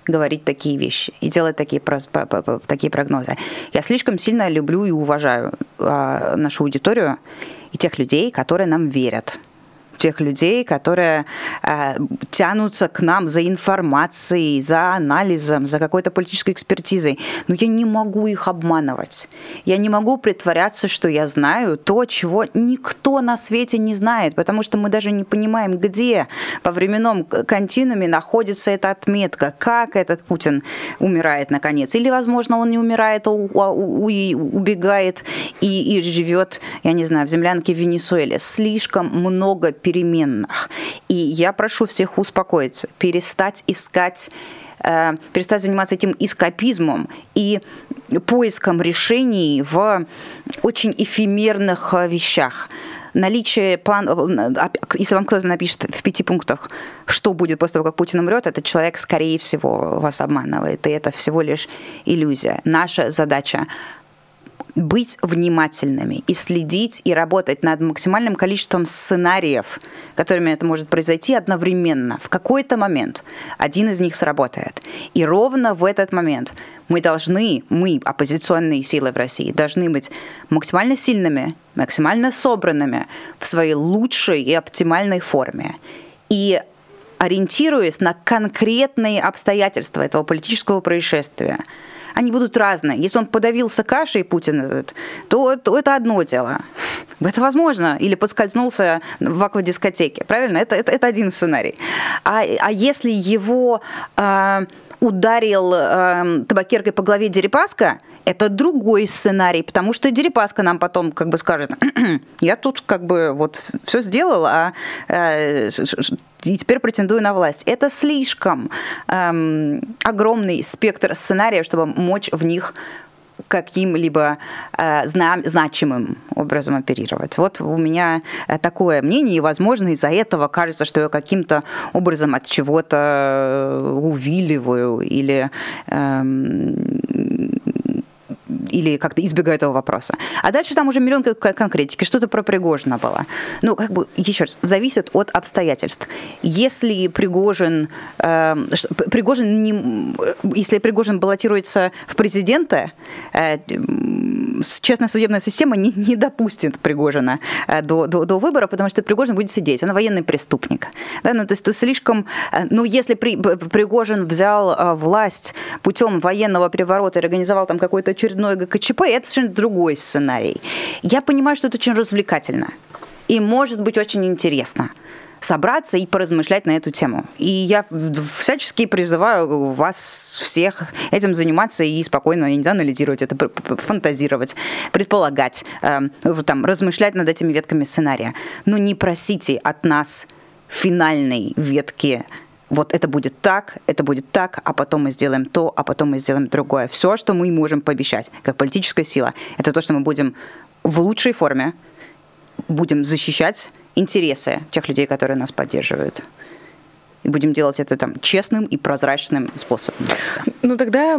Speaker 3: говорить такие вещи и делать такие прогнозы. Я слишком сильно люблю и уважаю нашу аудиторию и тех людей, которые нам верят. Тех людей, которые тянутся к нам за информацией, за анализом, за какой-то политической экспертизой. Но я не могу их обманывать. Я не могу притворяться, что я знаю то, чего никто на свете не знает, потому что мы даже не понимаем, где по временном континууме находится эта отметка, как этот Путин умирает наконец. Или, возможно, он не умирает, а убегает и живет, я не знаю, в землянке в Венесуэле. Слишком много переменных. И я прошу всех успокоиться, перестать заниматься этим эскапизмом и поиском решений в очень эфемерных вещах. Наличие плана, если вам кто-то напишет в 5 пунктах, что будет после того, как Путин умрет, этот человек, скорее всего, вас обманывает, и это всего лишь иллюзия. Наша задача быть внимательными и следить, и работать над максимальным количеством сценариев, которыми это может произойти одновременно. В какой-то момент один из них сработает. И ровно в этот момент мы, оппозиционные силы в России, должны быть максимально сильными, максимально собранными в своей лучшей и оптимальной форме. И ориентируясь на конкретные обстоятельства этого политического происшествия, они будут разные. Если он подавился кашей, Путин, то это одно дело. Это возможно. Или подскользнулся в аквадискотеке. Правильно? Это один сценарий. А если его ударил табакеркой по голове Дерипаска, это другой сценарий, потому что Дерипаска нам потом скажет: я тут все сделал, и теперь претендую на власть. Это слишком огромный спектр сценариев, чтобы мочь в них каким-либо значимым образом оперировать. Вот у меня такое мнение, и, возможно, из-за этого кажется, что я каким-то образом от чего-то увиливаю или как-то избегаю этого вопроса. А дальше там уже миллион конкретики, что-то про Пригожина было. Еще раз, зависит от обстоятельств. Если Пригожин баллотируется в президенты, честная судебная система не допустит Пригожина до выбора, потому что Пригожин будет сидеть. Он военный преступник. Да? То есть слишком... если Пригожин взял власть путем военного переворота и организовал там какой-то очередной ГКЧП, это совершенно другой сценарий. Я понимаю, что это очень развлекательно и может быть очень интересно собраться и поразмышлять на эту тему. И я всячески призываю вас всех этим заниматься и спокойно, анализировать это, фантазировать, предполагать, размышлять над этими ветками сценария. Но не просите от нас финальной ветки: вот это будет так, а потом мы сделаем то, а потом мы сделаем другое. Все, что мы можем пообещать, как политическая сила, это то, что мы будем в лучшей форме, будем защищать интересы тех людей, которые нас поддерживают. И будем делать это честным и прозрачным способом.
Speaker 2: Тогда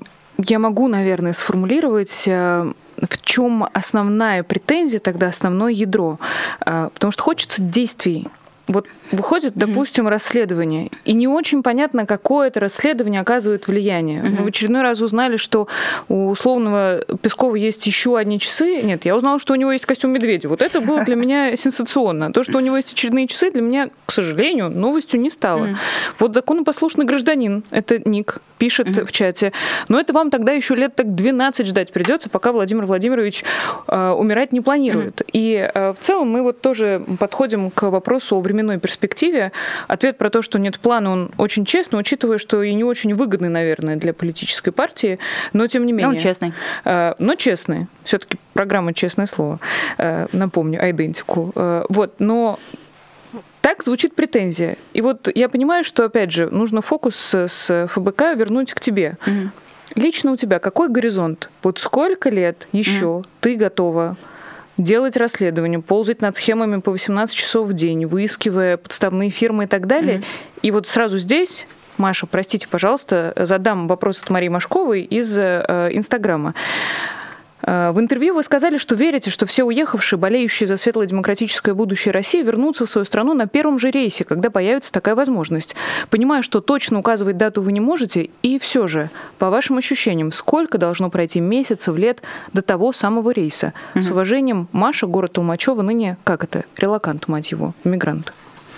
Speaker 2: я могу, наверное, сформулировать, в чем основная претензия, тогда основное ядро. Потому что хочется действий. Вот выходит, допустим, расследование, и не очень понятно, какое это расследование оказывает влияние. Мы в очередной раз узнали, что у условного Пескова есть еще одни часы. Нет, я узнала, что у него есть костюм медведя. Вот это было для меня сенсационно. То, что у него есть очередные часы, для меня, к сожалению, новостью не стало. Вот законопослушный гражданин, это ник, пишет в чате. Но это вам тогда еще лет 12 ждать придется, пока Владимир Владимирович умирать не планирует. И в целом мы тоже подходим к вопросу о временной перспективе. Ответ про то, что нет плана, он очень честный, учитывая, что и не очень выгодный, наверное, для политической партии, но тем не менее.
Speaker 3: Он честный.
Speaker 2: Но честный. Все-таки программа «Честное слово». Напомню, айдентику. Но так звучит претензия. И я понимаю, что, опять же, нужно фокус с ФБК вернуть к тебе. Лично у тебя какой горизонт? Сколько лет еще ты готова делать расследование, ползать над схемами по 18 часов в день, выискивая подставные фирмы и так далее? И сразу здесь, Маша, простите, пожалуйста, задам вопрос от Марии Машковой из Инстаграма. В интервью вы сказали, что верите, что все уехавшие, болеющие за светлое демократическое будущее России вернутся в свою страну на первом же рейсе, когда появится такая возможность. Понимаю, что точно указывать дату вы не можете, и все же, по вашим ощущениям, сколько должно пройти месяцев, лет до того самого рейса? С уважением, Маша, город Толмачево, ныне, как это, релокант, мать его, мигрант.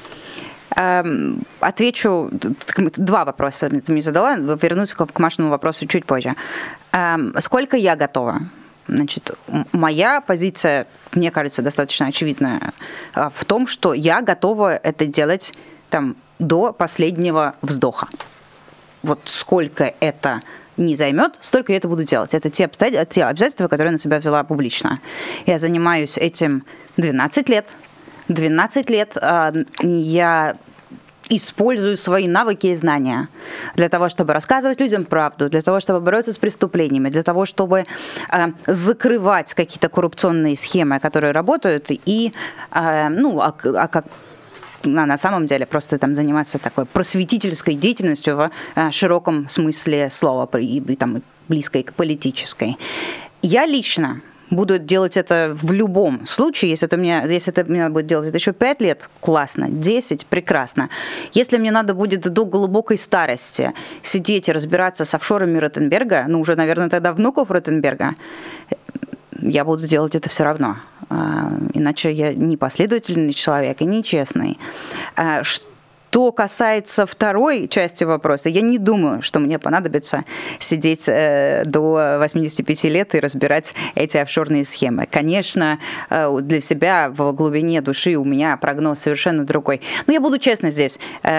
Speaker 3: Отвечу, два вопроса ты мне задала, вернусь к Машиному вопросу чуть позже. Сколько я готова? Значит, моя позиция, мне кажется, достаточно очевидная в том, что я готова это делать там, до последнего вздоха. Вот сколько это не займет, столько я это буду делать. Это те обязательства, которые я на себя взяла публично. Я занимаюсь этим 12 лет. 12 лет я использую свои навыки и знания для того, чтобы рассказывать людям правду, для того, чтобы бороться с преступлениями, для того, чтобы закрывать какие-то коррупционные схемы, которые работают, и на самом деле просто там заниматься такой просветительской деятельностью в широком смысле слова, и там, близкой к политической. Я лично буду делать это в любом случае. Если это мне надо будет делать это еще 5 лет, классно, 10, прекрасно. Если мне надо будет до глубокой старости сидеть и разбираться с офшорами Ротенберга, уже, наверное, тогда внуков Ротенберга, я буду делать это все равно. Иначе я не последовательный человек и не честный. Что касается второй части вопроса, я не думаю, что мне понадобится сидеть до 85 лет и разбирать эти офшорные схемы. Конечно, для себя в глубине души у меня прогноз совершенно другой. Но я буду честна здесь.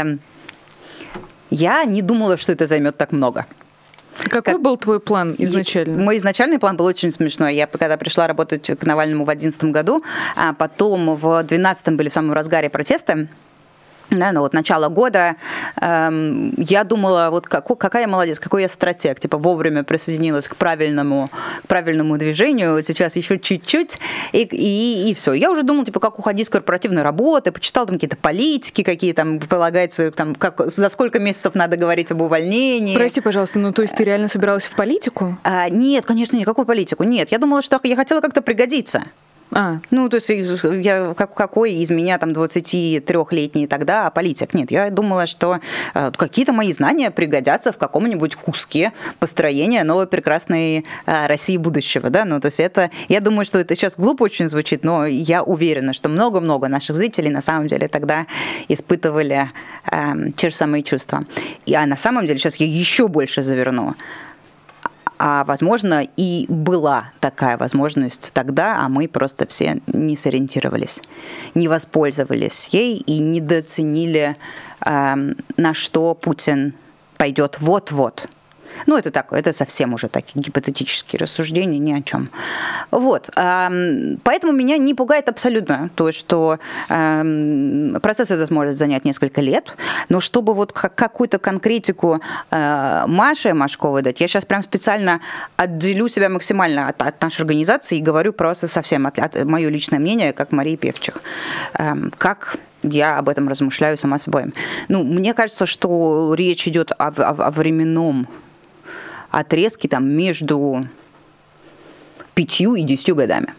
Speaker 3: Я не думала, что это займет так много.
Speaker 2: Какой был твой план изначально?
Speaker 3: Мой изначальный план был очень смешной. Я когда пришла работать к Навальному в 2011 году, а потом в 2012 были в самом разгаре протесты, начало года, я думала, какая я молодец, какой я стратег, вовремя присоединилась к правильному движению, сейчас еще чуть-чуть, и все. Я уже думала, как уходить с корпоративной работы, почитала там какие-то политики, какие там полагается, за сколько месяцев надо говорить об увольнении.
Speaker 2: Прости, пожалуйста, то есть ты реально собиралась в политику?
Speaker 3: Нет, конечно, никакую политику, нет. Я думала, что я хотела как-то пригодиться. То есть какой из меня 23-летний тогда политик? Нет, я думала, что какие-то мои знания пригодятся в каком-нибудь куске построения новой прекрасной России будущего. Да? То есть это, я думаю, что это сейчас глупо очень звучит, но я уверена, что много-много наших зрителей на самом деле тогда испытывали те же самые чувства. А на самом деле сейчас я еще больше заверну. А, возможно, и была такая возможность тогда, а мы просто все не сориентировались, не воспользовались ей и недооценили, на что Путин пойдет вот-вот. Это такое, это совсем уже такие гипотетические рассуждения, ни о чем. Поэтому меня не пугает абсолютно то, что процесс этот может занять несколько лет, но чтобы какую-то конкретику Маше Машковой дать, я сейчас прям специально отделю себя максимально от нашей организации и говорю просто совсем от мое личное мнение, как Мария Певчих. Как я об этом размышляю сама собой. Мне кажется, что речь идет о временном отрезки между 5 и 10 годами.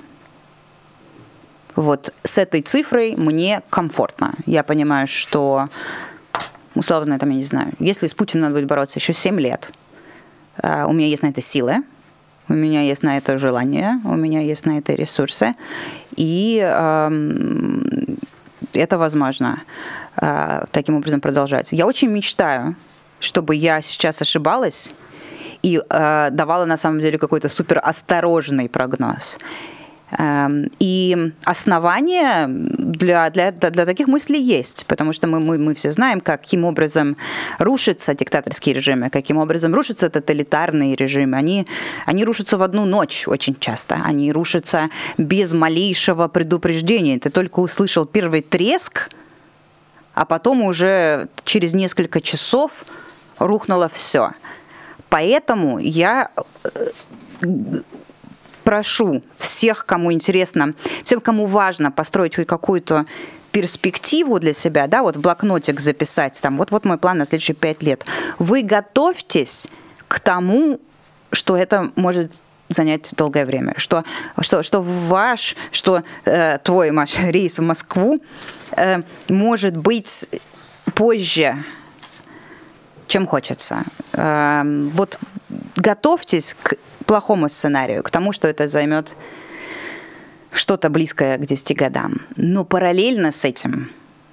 Speaker 3: С этой цифрой мне комфортно. Я понимаю, что, условно, я не знаю, если с Путиным надо будет бороться еще 7 лет, у меня есть на это силы, у меня есть на это желание, у меня есть на это ресурсы, и это возможно таким образом продолжать. Я очень мечтаю, чтобы я сейчас ошибалась, и давала на самом деле какой-то суперосторожный прогноз. И основания для таких мыслей есть, потому что мы все знаем, каким образом рушатся диктаторские режимы, каким образом рушатся тоталитарные режимы. Они рушатся в одну ночь очень часто, они рушатся без малейшего предупреждения. Ты только услышал первый треск, а потом уже через несколько часов рухнуло все. Поэтому я прошу всех, кому интересно, всем, кому важно построить хоть какую-то перспективу для себя, в блокнотик записать, вот мой план на следующие 5 лет. Вы готовьтесь к тому, что это может занять долгое время. Что твой рейс в Москву может быть позже, чем хочется. Вот готовьтесь к плохому сценарию, к тому, что это займет что-то близкое к 10 годам. Но параллельно с тем,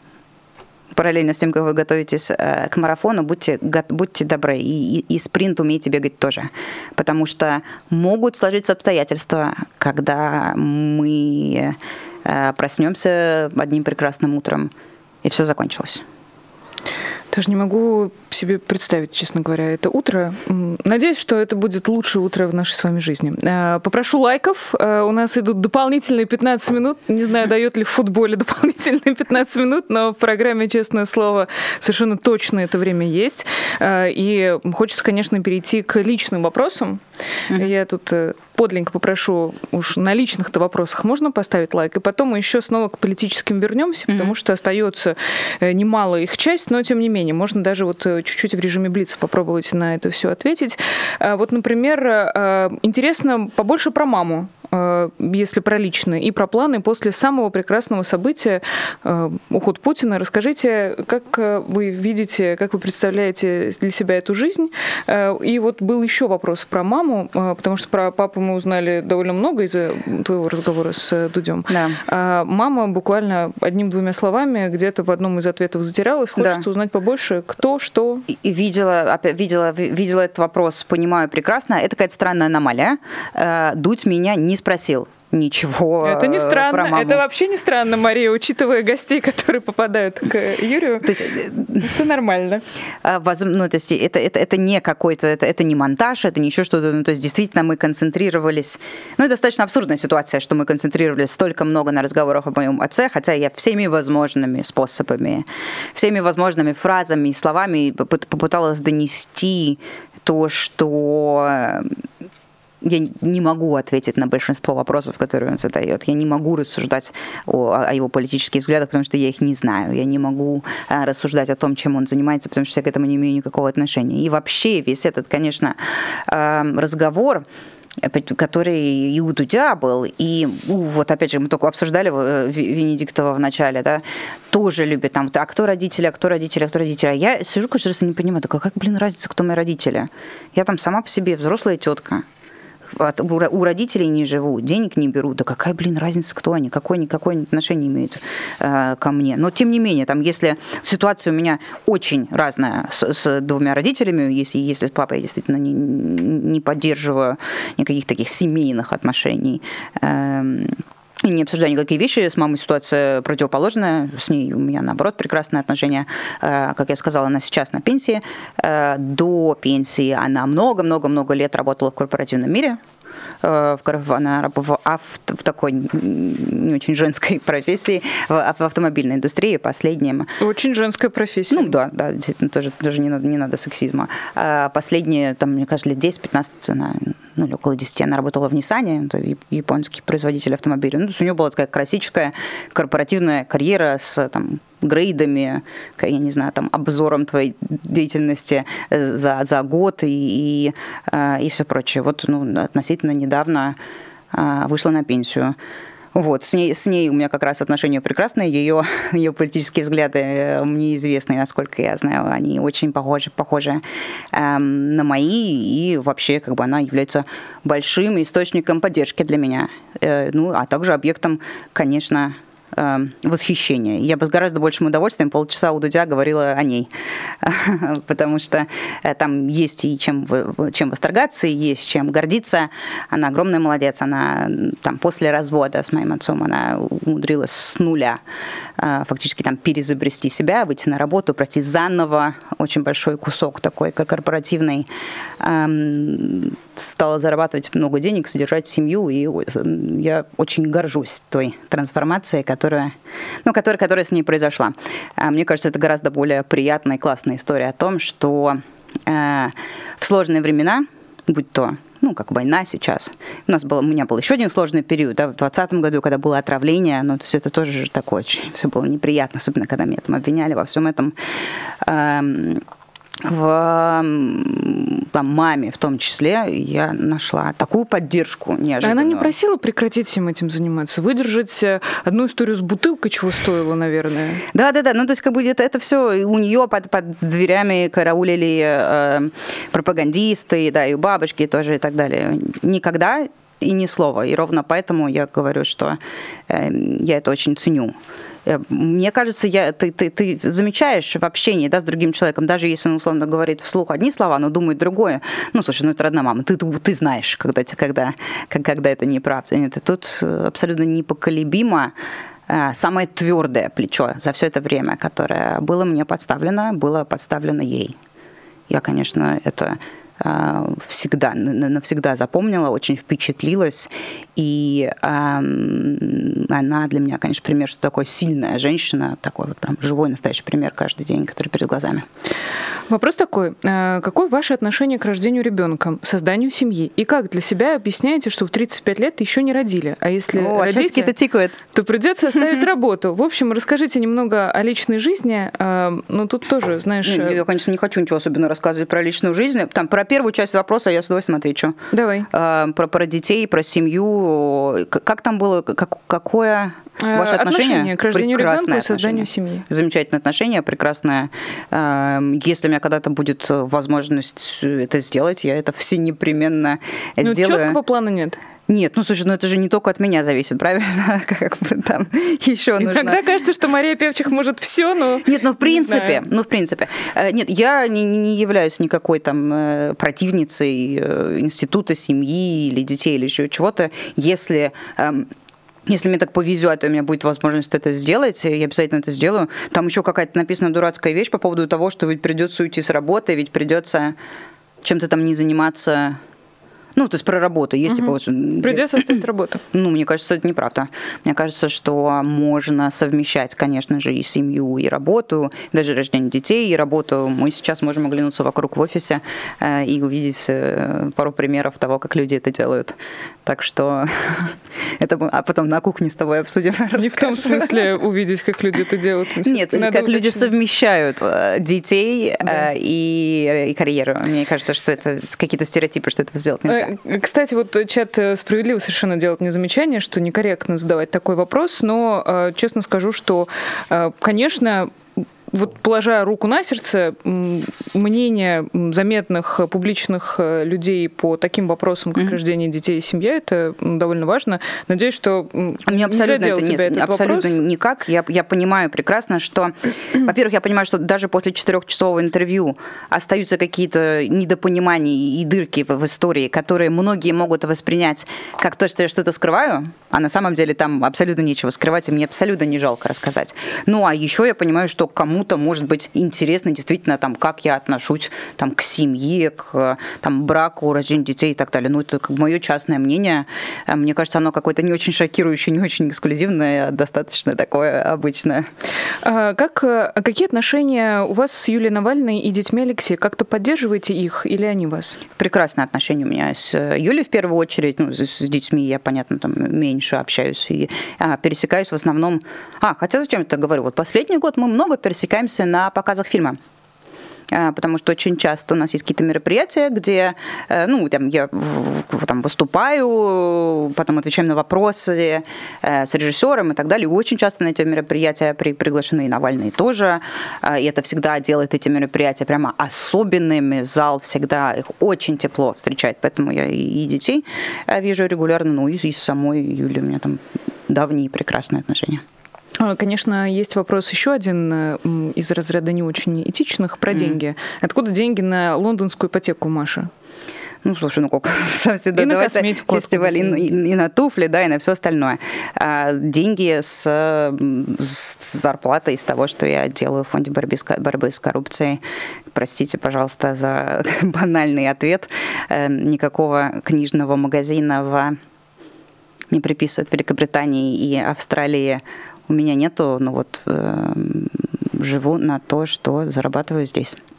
Speaker 3: как вы готовитесь к марафону, будьте добры. И спринт умейте бегать тоже. Потому что могут сложиться обстоятельства, когда мы проснемся одним прекрасным утром, и все закончилось.
Speaker 2: Даже не могу себе представить, честно говоря, это утро. Надеюсь, что это будет лучшее утро в нашей с вами жизни. Попрошу лайков. У нас идут дополнительные 15 минут. Не знаю, дает ли в футболе дополнительные 15 минут, но в программе «Честное слово» совершенно точно это время есть. И хочется, конечно, перейти к личным вопросам. Я тут подленько попрошу, уж на личных-то вопросах можно поставить лайк, и потом мы еще снова к политическим вернемся, потому что остается немало их часть, но тем не менее, можно даже вот чуть-чуть в режиме блица попробовать на это все ответить. Вот, например, интересно побольше про маму, если про личное, и про планы после самого прекрасного события уход Путина. Расскажите, как вы видите, как вы представляете для себя эту жизнь? И вот был еще вопрос про маму, потому что про папу мы узнали довольно много из-за твоего разговора с Дудем. Да. Мама буквально одним-двумя словами где-то в одном из ответов затерялась. Хочется узнать побольше, кто, что. И видела
Speaker 3: этот вопрос, понимаю прекрасно. Это какая-то странная аномалия. Дудь меня не спросил ничего.
Speaker 2: Это не странно. Про маму. Это вообще не странно, Мария, учитывая гостей, которые попадают к Юрию. То есть, это нормально.
Speaker 3: То есть это не какой-то, это не монтаж, это не еще что-то. То есть действительно мы концентрировались. Это достаточно абсурдная ситуация, что мы концентрировались столько много на разговорах о моем отце, хотя я всеми возможными способами, всеми возможными фразами и словами попыталась донести то, что я не могу ответить на большинство вопросов, которые он задает. Я не могу рассуждать о его политических взглядах, потому что я их не знаю. Я не могу рассуждать о том, чем он занимается, потому что я к этому не имею никакого отношения. И вообще весь этот, конечно, разговор, который и у Дудя был, и вот опять же мы только обсуждали Венедиктова в начале, да, тоже любит там, а кто родители, а кто родители, а кто родители. А я сижу каждый раз и не понимаю, так как, разница, кто мои родители? Я там сама по себе взрослая тетка. У родителей не живу, денег не беру. Да какая, разница, кто они, какое отношение имеют ко мне. Но, тем не менее, там, если ситуация у меня очень разная с двумя родителями, если с папой я действительно не поддерживаю никаких таких семейных отношений, и не обсуждаю никакие вещи. С мамой ситуация противоположная. С ней у меня, наоборот, прекрасные отношения. Как я сказала, она сейчас на пенсии. До пенсии она много-много-много лет работала в корпоративном мире. Она в такой не очень женской профессии, в автомобильной индустрии последним.
Speaker 2: Очень женская профессия.
Speaker 3: Да, действительно, тоже не надо сексизма. Последние, мне кажется, лет 10-15, около 10 она работала в Ниссане, это японский производитель автомобилей. То есть у нее была такая классическая корпоративная карьера с грейдами, я не знаю, обзором твоей деятельности за год и все прочее. Вот относительно недавно вышла на пенсию. Вот, с ней у меня как раз отношения прекрасные, ее политические взгляды мне известны, насколько я знаю, они очень похожи на мои, и вообще она является большим источником поддержки для меня, а также объектом, конечно, восхищения. Я бы с гораздо большим удовольствием полчаса у Дудя говорила о ней, потому что там есть и чем восторгаться, и есть чем гордиться. Она огромная молодец. Она после развода с моим отцом она умудрилась с нуля фактически переизобрести себя, выйти на работу, пройти заново очень большой кусок такой корпоративный. Стала зарабатывать много денег, содержать семью, и я очень горжусь той трансформацией, которая с ней произошла. Мне кажется, это гораздо более приятная и классная история о том, что в сложные времена, будь то как война сейчас. У меня был еще один сложный период, в 2020 году, когда было отравление, то есть это тоже такое, все было неприятно, особенно когда меня обвиняли во всем этом. маме в том числе я нашла такую поддержку неожиданную.
Speaker 2: Она не просила прекратить всем этим заниматься, выдержать одну историю с бутылкой, чего стоило, наверное?
Speaker 3: Да. Ну, то есть, как бы это все у нее под дверями караулили пропагандисты, да, и бабушки тоже и так далее. Никогда и ни слова. И ровно поэтому я говорю, что я это очень ценю. Мне кажется, ты замечаешь в общении, да, с другим человеком, даже если он, условно, говорит вслух одни слова, но думает другое. Ну, слушай, это родная мама, ты знаешь, когда это неправда. Нет, тут абсолютно непоколебимо самое твердое плечо за все это время, которое было мне подставлено, было подставлено ей. Я, конечно, это навсегда запомнила, очень впечатлилась. И она для меня, конечно, пример, что такое сильная женщина, такой вот прям живой, настоящий пример каждый день, который перед глазами.
Speaker 2: Вопрос такой. Какое ваше отношение к рождению ребенка, созданию семьи? И как для себя объясняете, что в 35 лет еще не родили? А если родите,
Speaker 3: тикают,
Speaker 2: то придется оставить работу. В общем, расскажите немного о личной жизни. Но тут тоже, знаешь...
Speaker 3: Я, конечно, не хочу ничего особенно рассказывать про личную жизнь. Там про первую часть вопроса я с удовольствием отвечу.
Speaker 2: Давай.
Speaker 3: Про детей, про семью. Как там было? Какое ваше отношение
Speaker 2: к рождению ребенка и созданию семьи?
Speaker 3: Замечательное отношение, прекрасное. Если у меня когда-то будет возможность это сделать, я это все непременно сделаю.
Speaker 2: Четкого плана нет?
Speaker 3: Нет, слушай, это же не только от меня зависит, правильно? Как бы там еще нужно...
Speaker 2: Иногда кажется, что Мария Певчих может все, но...
Speaker 3: Нет, в принципе. Нет, я не являюсь никакой там противницей института семьи или детей или еще чего-то. Если мне так повезет, и у меня будет возможность это сделать, я обязательно это сделаю. Там еще какая-то написана дурацкая вещь по поводу того, что ведь придется уйти с работы, ведь придется чем-то там не заниматься... Ну, то есть про работу, если
Speaker 2: придется оставить работу.
Speaker 3: Мне кажется, это неправда. Мне кажется, что можно совмещать, конечно же, и семью, и работу, даже рождение детей, и работу. Мы сейчас можем оглянуться вокруг в офисе и увидеть пару примеров того, как люди это делают. Так что а потом на кухне с тобой обсудим.
Speaker 2: Не в том смысле увидеть, как люди это делают.
Speaker 3: Нет, как люди совмещают детей и карьеру. Мне кажется, что это какие-то стереотипы, что этого сделать нельзя.
Speaker 2: Кстати, вот чат справедливо совершенно делает мне замечание, что некорректно задавать такой вопрос, но честно скажу, что, конечно, вот положа руку на сердце, мнение заметных публичных людей по таким вопросам, как рождение детей и семья, это довольно важно. Надеюсь, что
Speaker 3: мне абсолютно это нет, абсолютно никак. Я понимаю прекрасно, что, во-первых, я понимаю, что даже после 4-часового интервью остаются какие-то недопонимания и дырки в истории, которые многие могут воспринять как то, что я что-то скрываю, а на самом деле там абсолютно нечего скрывать, и мне абсолютно не жалко рассказать. Ну, а еще я понимаю, что кому-то может быть интересно действительно, там, как я отношусь там, к семье, к там, браку, рождению детей и так далее. Ну, это мое частное мнение. Мне кажется, оно какое-то не очень шокирующее, не очень эксклюзивное, а достаточно такое обычное.
Speaker 2: Какие отношения у вас с Юлией Навальной и детьми Алексея? Как-то поддерживаете их или они вас?
Speaker 3: Прекрасные отношения у меня с Юлей в первую очередь. С детьми я, понятно, там меньше общаюсь и пересекаюсь в основном... Хотя зачем я это говорю? Вот последний год мы много пересекаемся на показах фильма. Потому что очень часто у нас есть какие-то мероприятия, где я там выступаю, потом отвечаем на вопросы с режиссером и так далее. И очень часто на эти мероприятия приглашены и Навальный тоже. И это всегда делает эти мероприятия прямо особенными. Зал всегда их очень тепло встречает. Поэтому я и детей вижу регулярно, и с самой Юлей у меня там давние прекрасные отношения.
Speaker 2: Конечно, есть вопрос еще один из разряда не очень этичных про деньги. Откуда деньги на лондонскую ипотеку, Маша?
Speaker 3: Ну, слушай, как всегда,
Speaker 2: и на косметику,
Speaker 3: фестиваль, и на туфли, да, и на все остальное. Деньги с зарплаты, из того, что я делаю в фонде борьбы с коррупцией. Простите, пожалуйста, за банальный ответ. Никакого книжного магазина не приписывают в Великобритании и Австралии у меня нету, но живу на то, что зарабатываю здесь.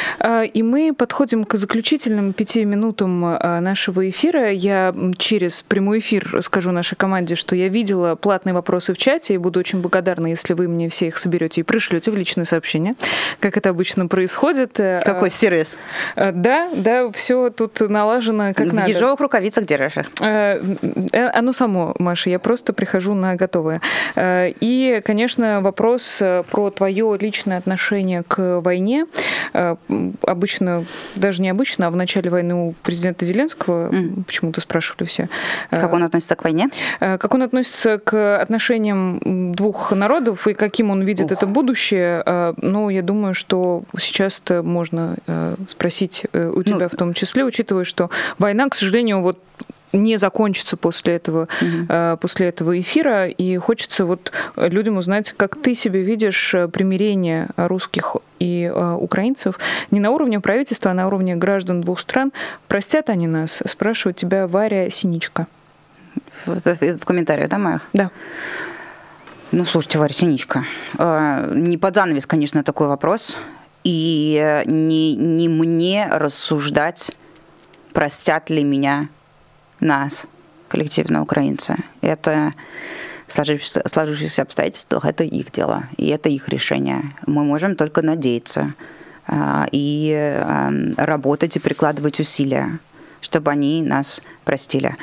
Speaker 2: И мы подходим к заключительным 5 минутам нашего эфира. Я через прямой эфир скажу нашей команде, что я видела платные вопросы в чате, и буду очень благодарна, если вы мне все их соберете и пришлете в личные сообщения, как это обычно происходит.
Speaker 3: Какой сервис?
Speaker 2: Да, все тут налажено как надо.
Speaker 3: В ежовых рукавицах держишь их.
Speaker 2: Оно само, Маша, я просто прихожу на готовое. И, конечно, вопрос про твое личное отношение к войне. Обычно, даже не обычно, а в начале войны у президента Зеленского почему-то спрашивали все.
Speaker 3: Как он относится к войне?
Speaker 2: Как он относится к отношениям двух народов и каким он видит это будущее. Ну, я думаю, что сейчас-то можно спросить у тебя в том числе, учитывая, что война, к сожалению, вот не закончится после этого эфира, и хочется вот людям узнать, как ты себе видишь примирение русских и украинцев не на уровне правительства, а на уровне граждан двух стран. Простят они нас? Спрашивает тебя Варя Синичка.
Speaker 3: В комментариях, да, моих?
Speaker 2: Да.
Speaker 3: Ну, слушайте, Варя Синичка, не под занавес, конечно, такой вопрос, и не мне рассуждать, простят ли меня нас, коллективно украинцы. Это в сложившихся обстоятельствах это их дело, и это их решение. Мы можем только надеяться и работать и прикладывать усилия, чтобы они нас простили.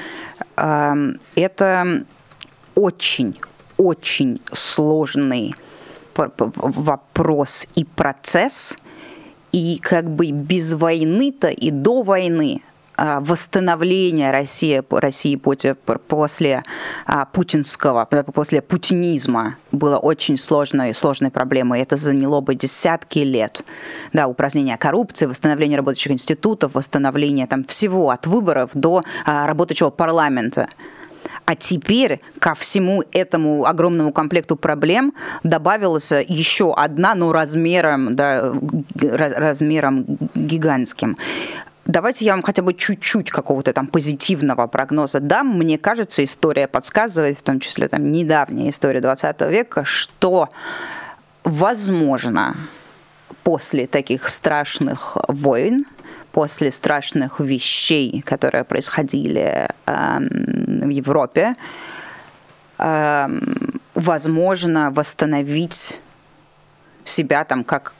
Speaker 3: Это очень сложный вопрос и процесс, и как бы без войны-то и до войны восстановление России после путинского, после путинизма было очень сложной проблемой. Это заняло бы десятки лет. Да, упразднение коррупции, восстановление работающих институтов, восстановление там всего от выборов до работающего парламента. А теперь ко всему этому огромному комплекту проблем добавилась еще одна, но размером гигантским. Давайте я вам хотя бы чуть-чуть какого-то там позитивного прогноза дам. Мне кажется, история подсказывает, в том числе там недавняя история 20 века, что, возможно, после таких страшных войн, после страшных вещей, которые происходили в Европе, возможно восстановить себя там как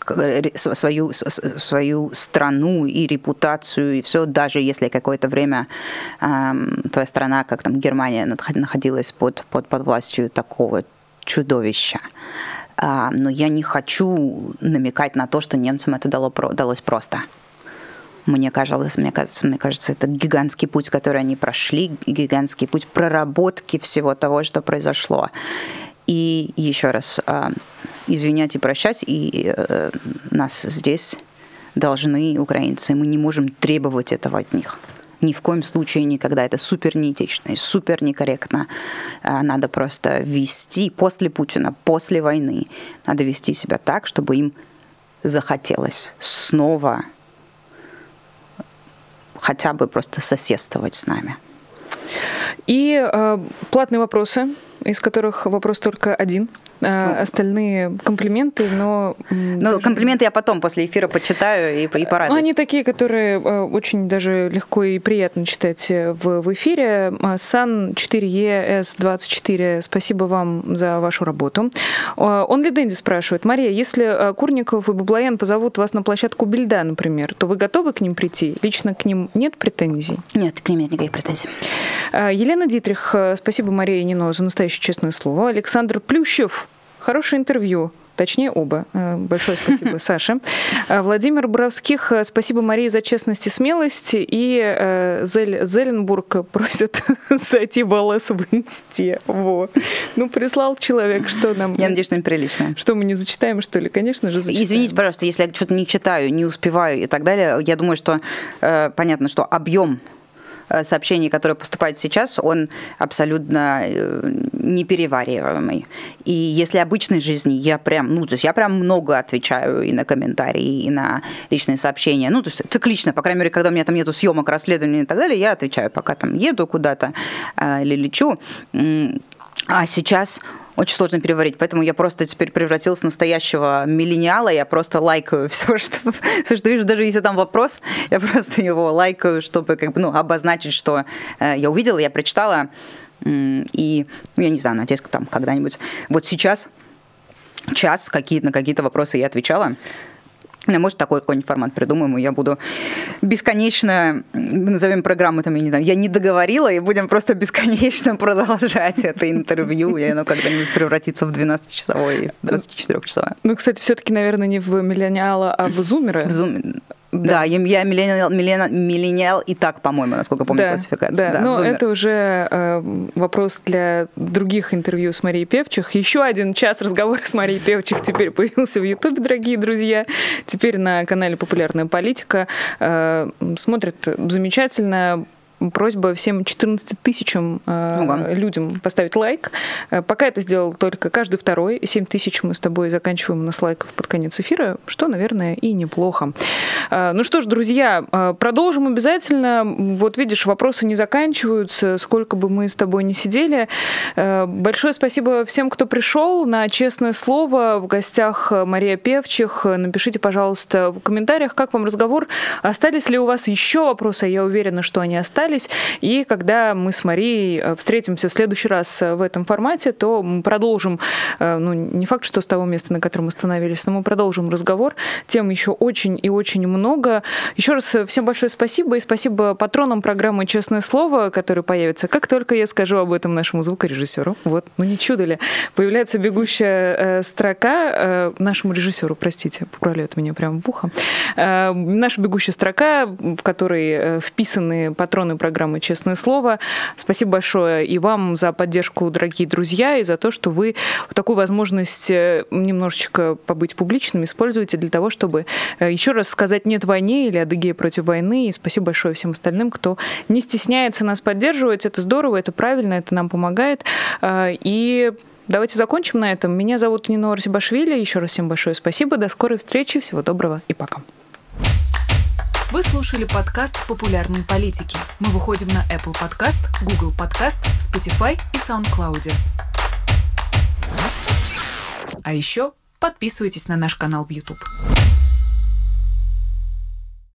Speaker 3: свою страну и репутацию, и все, даже если какое-то время твоя страна, как там Германия, находилась под властью такого чудовища. Но я не хочу намекать на то, что немцам это далось просто. Мне кажется, это гигантский путь, который они прошли, гигантский путь проработки всего того, что произошло. И еще раз, извинять и прощать, и нас здесь должны украинцы. Мы не можем требовать этого от них. Ни в коем случае никогда. Это супер неэтично и супер некорректно. Надо просто вести после Путина, после войны, надо вести себя так, чтобы им захотелось снова хотя бы просто соседствовать с нами.
Speaker 2: И платные вопросы, из которых вопрос только один. Остальные комплименты, но...
Speaker 3: Ну, комплименты я потом после эфира почитаю и порадуюсь.
Speaker 2: Они такие, которые очень даже легко и приятно читать в эфире. Сан4ЕС24, спасибо вам за вашу работу. Он ли Дэнди спрашивает: Мария, если Курников и Баблоян позовут вас на площадку Бильда, например, то вы готовы к ним прийти? Лично к ним нет претензий?
Speaker 3: Нет, к ним нет никаких претензий.
Speaker 2: Елена Дитрих, спасибо Марии и Нино за настоящее честное слово. Александр Плющев, хорошее интервью. Точнее, оба. Большое спасибо, Саша. Владимир Боровских, спасибо Марии за честность и смелость. И Зеленбург просит зайти в ЛС в инсте. Во. Ну, прислал человек, что нам...
Speaker 3: Я надеюсь, что неприлично.
Speaker 2: Что мы не зачитаем, что ли? Конечно же, зачитаем.
Speaker 3: Извините, пожалуйста, если я что-то не читаю, не успеваю и так далее. Я думаю, что понятно, что объем сообщений, которые поступают сейчас, он абсолютно неперевариваемый. И если в обычной жизни я прям много отвечаю и на комментарии, и на личные сообщения, то есть циклично, по крайней мере, когда у меня там нету съемок, расследований и так далее, я отвечаю, пока там еду куда-то или лечу. А сейчас очень сложно переварить, поэтому я просто теперь превратилась в настоящего миллениала, я просто лайкаю все, что вижу, даже если там вопрос, я просто его лайкаю, чтобы обозначить, что я увидела, я прочитала, и, я не знаю, надеюсь, там когда-нибудь, вот сейчас, час на какие-то вопросы я отвечала. Может, такой какой-нибудь формат придумаем, и я буду бесконечно, назовем программу, там, я не знаю, я не договорила, и будем просто бесконечно продолжать это интервью, и оно когда-нибудь превратится в 12-часовое, 24-часовое.
Speaker 2: Кстати, все-таки, наверное, не в миллениала, а в зумера.
Speaker 3: Да, я миллениал и так, по-моему, насколько помню классификацию.
Speaker 2: Да, но это уже вопрос для других интервью с Марией Певчих. Еще один час разговора с Марией Певчих теперь появился в Ютубе, дорогие друзья. Теперь на канале «Популярная политика». Смотрят замечательно. Просьба всем 14 тысячам людям поставить лайк. Пока это сделал только каждый второй. 7 тысяч мы с тобой заканчиваем у нас лайков под конец эфира, что, наверное, и неплохо. Ну что ж, друзья, продолжим обязательно. Вот видишь, вопросы не заканчиваются, сколько бы мы с тобой ни сидели. Большое спасибо всем, кто пришел на «Честное слово». В гостях Мария Певчих. Напишите, пожалуйста, в комментариях, как вам разговор. Остались ли у вас еще вопросы? Я уверена, что они остались. И когда мы с Марией встретимся в следующий раз в этом формате, то мы продолжим, не факт, что с того места, на котором мы остановились, но мы продолжим разговор. Тем еще очень и очень много. Еще раз всем большое спасибо. И спасибо патронам программы «Честное слово», которые появятся, как только я скажу об этом нашему звукорежиссеру. Вот, не чудо ли. Появляется бегущая строка нашему режиссеру, простите, поправляют меня прямо в ухо. Наша бегущая строка, в которой вписаны патроны программы «Честное слово». Спасибо большое и вам за поддержку, дорогие друзья, и за то, что вы такую возможность немножечко побыть публичным используете для того, чтобы еще раз сказать «нет войне» или «Адыгея против войны». И спасибо большое всем остальным, кто не стесняется нас поддерживать. Это здорово, это правильно, это нам помогает. И давайте закончим на этом. Меня зовут Нина Арсибашвили. Еще раз всем большое спасибо. До скорой встречи. Всего доброго и пока.
Speaker 1: Вы слушали подкаст «Популярной политики». Мы выходим на Apple Podcast, Google Podcast, Spotify и SoundCloud. А еще подписывайтесь на наш канал в YouTube.